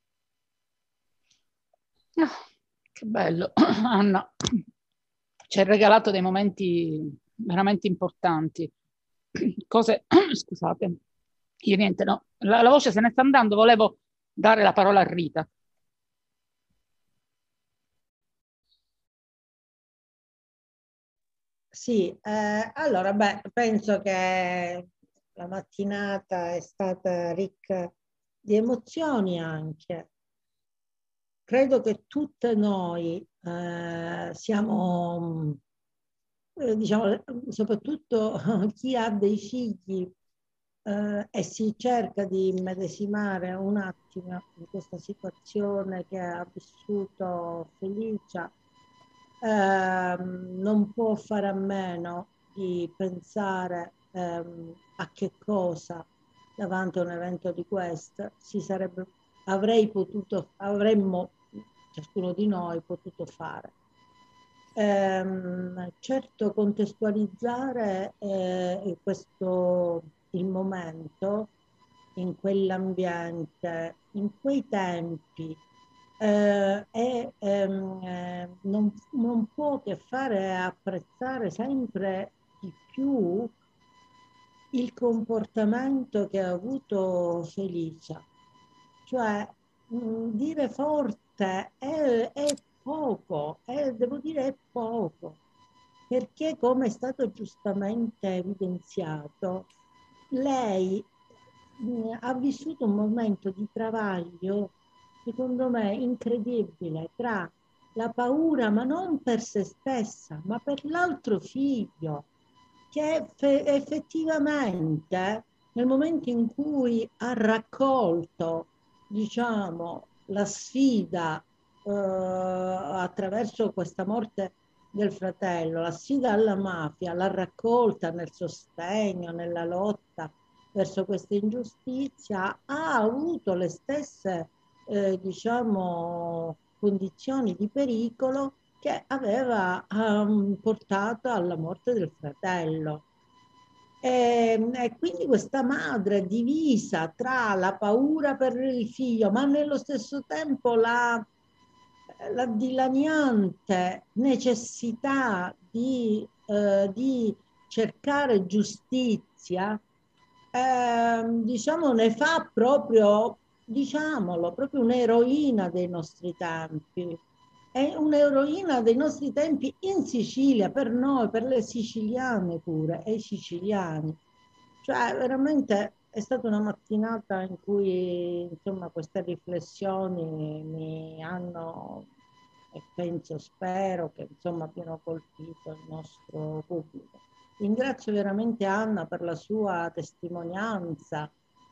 Oh, che bello, Anna, ci hai regalato dei momenti veramente importanti, cose, scusate, io niente, no, la, la voce se ne sta andando, volevo dare la parola a Rita. Sì, eh, allora, beh, penso che la mattinata è stata ricca di emozioni anche. Credo che tutte noi eh, siamo, eh, diciamo, soprattutto chi ha dei figli eh, e si cerca di immedesimare un attimo in questa situazione che ha vissuto Felicia, ehm, non può fare a meno di pensare ehm, a che cosa davanti a un evento di questo si sarebbe, avrei potuto, avremmo ciascuno di noi potuto fare. Ehm, certo, contestualizzare eh, questo il momento in quell'ambiente, in quei tempi, eh, e ehm, eh, non, non può che fare apprezzare sempre di più il comportamento che ha avuto Felicia. Cioè, mh, dire forte è, è poco, è, devo dire è poco, perché come è stato giustamente evidenziato, lei mh, ha vissuto un momento di travaglio, secondo me, incredibile, tra la paura, ma non per se stessa, ma per l'altro figlio, che effettivamente nel momento in cui ha raccolto, diciamo, la sfida eh, attraverso questa morte del fratello, la sfida alla mafia, l'ha raccolta nel sostegno, nella lotta verso questa ingiustizia, ha avuto le stesse, eh, diciamo, condizioni di pericolo che aveva um, portato alla morte del fratello. E, e quindi questa madre divisa tra la paura per il figlio, ma nello stesso tempo la, la dilaniante necessità di, eh, di cercare giustizia, eh, diciamo, ne fa proprio, diciamolo, proprio un'eroina dei nostri tempi. È un'eroina dei nostri tempi in Sicilia, per noi, per le siciliane pure, e i siciliani. Cioè, veramente è stata una mattinata in cui, insomma, queste riflessioni mi hanno, e penso, spero che, insomma, abbiano colpito il nostro pubblico. Ringrazio veramente Anna per la sua testimonianza,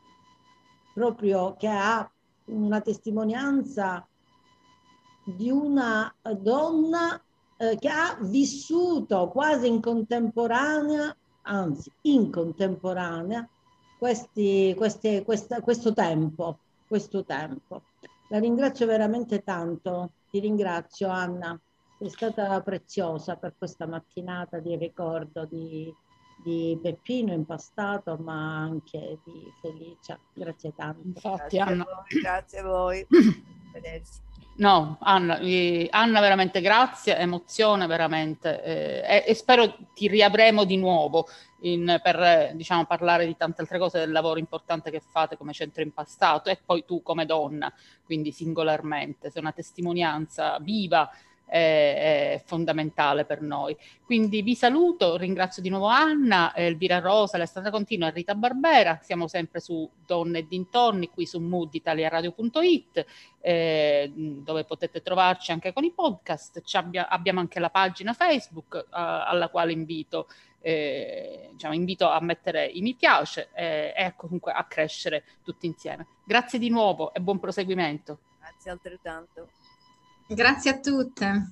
proprio che ha una testimonianza di una donna eh, che ha vissuto quasi in contemporanea, anzi in contemporanea, questi, questi, questa, questo tempo, questo tempo. La ringrazio veramente tanto, ti ringrazio Anna, sei stata preziosa per questa mattinata di ricordo di, di Peppino Impastato, ma anche di Felicia. Grazie tanto. Infatti, Grazie Anna. a voi, grazie a voi. Vederci. No, Anna, eh, Anna, veramente grazie, emozione veramente, eh, e, e spero ti riavremo di nuovo in, per eh, diciamo, parlare di tante altre cose, del lavoro importante che fate come Centro Impastato, e poi tu come donna, quindi singolarmente, sei una testimonianza viva e fondamentale per noi. Quindi vi saluto, ringrazio di nuovo Anna, Elvira Rosa, Alessandra Contino e Rita Barbera. Siamo sempre su Donne e Dintorni, qui su mood italia radio punto it, eh, dove potete trovarci anche con i podcast. Ci abbia, abbiamo anche la pagina Facebook, eh, alla quale invito, eh, diciamo, invito a mettere i mi piace eh, e comunque a crescere tutti insieme. Grazie di nuovo e buon proseguimento. Grazie altrettanto. Grazie a tutte.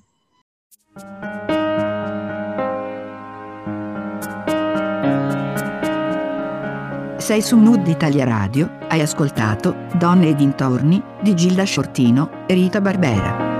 Sei su Mood Italia Radio, hai ascoltato Donne e Dintorni di Gilda Shortino e Rita Barbera.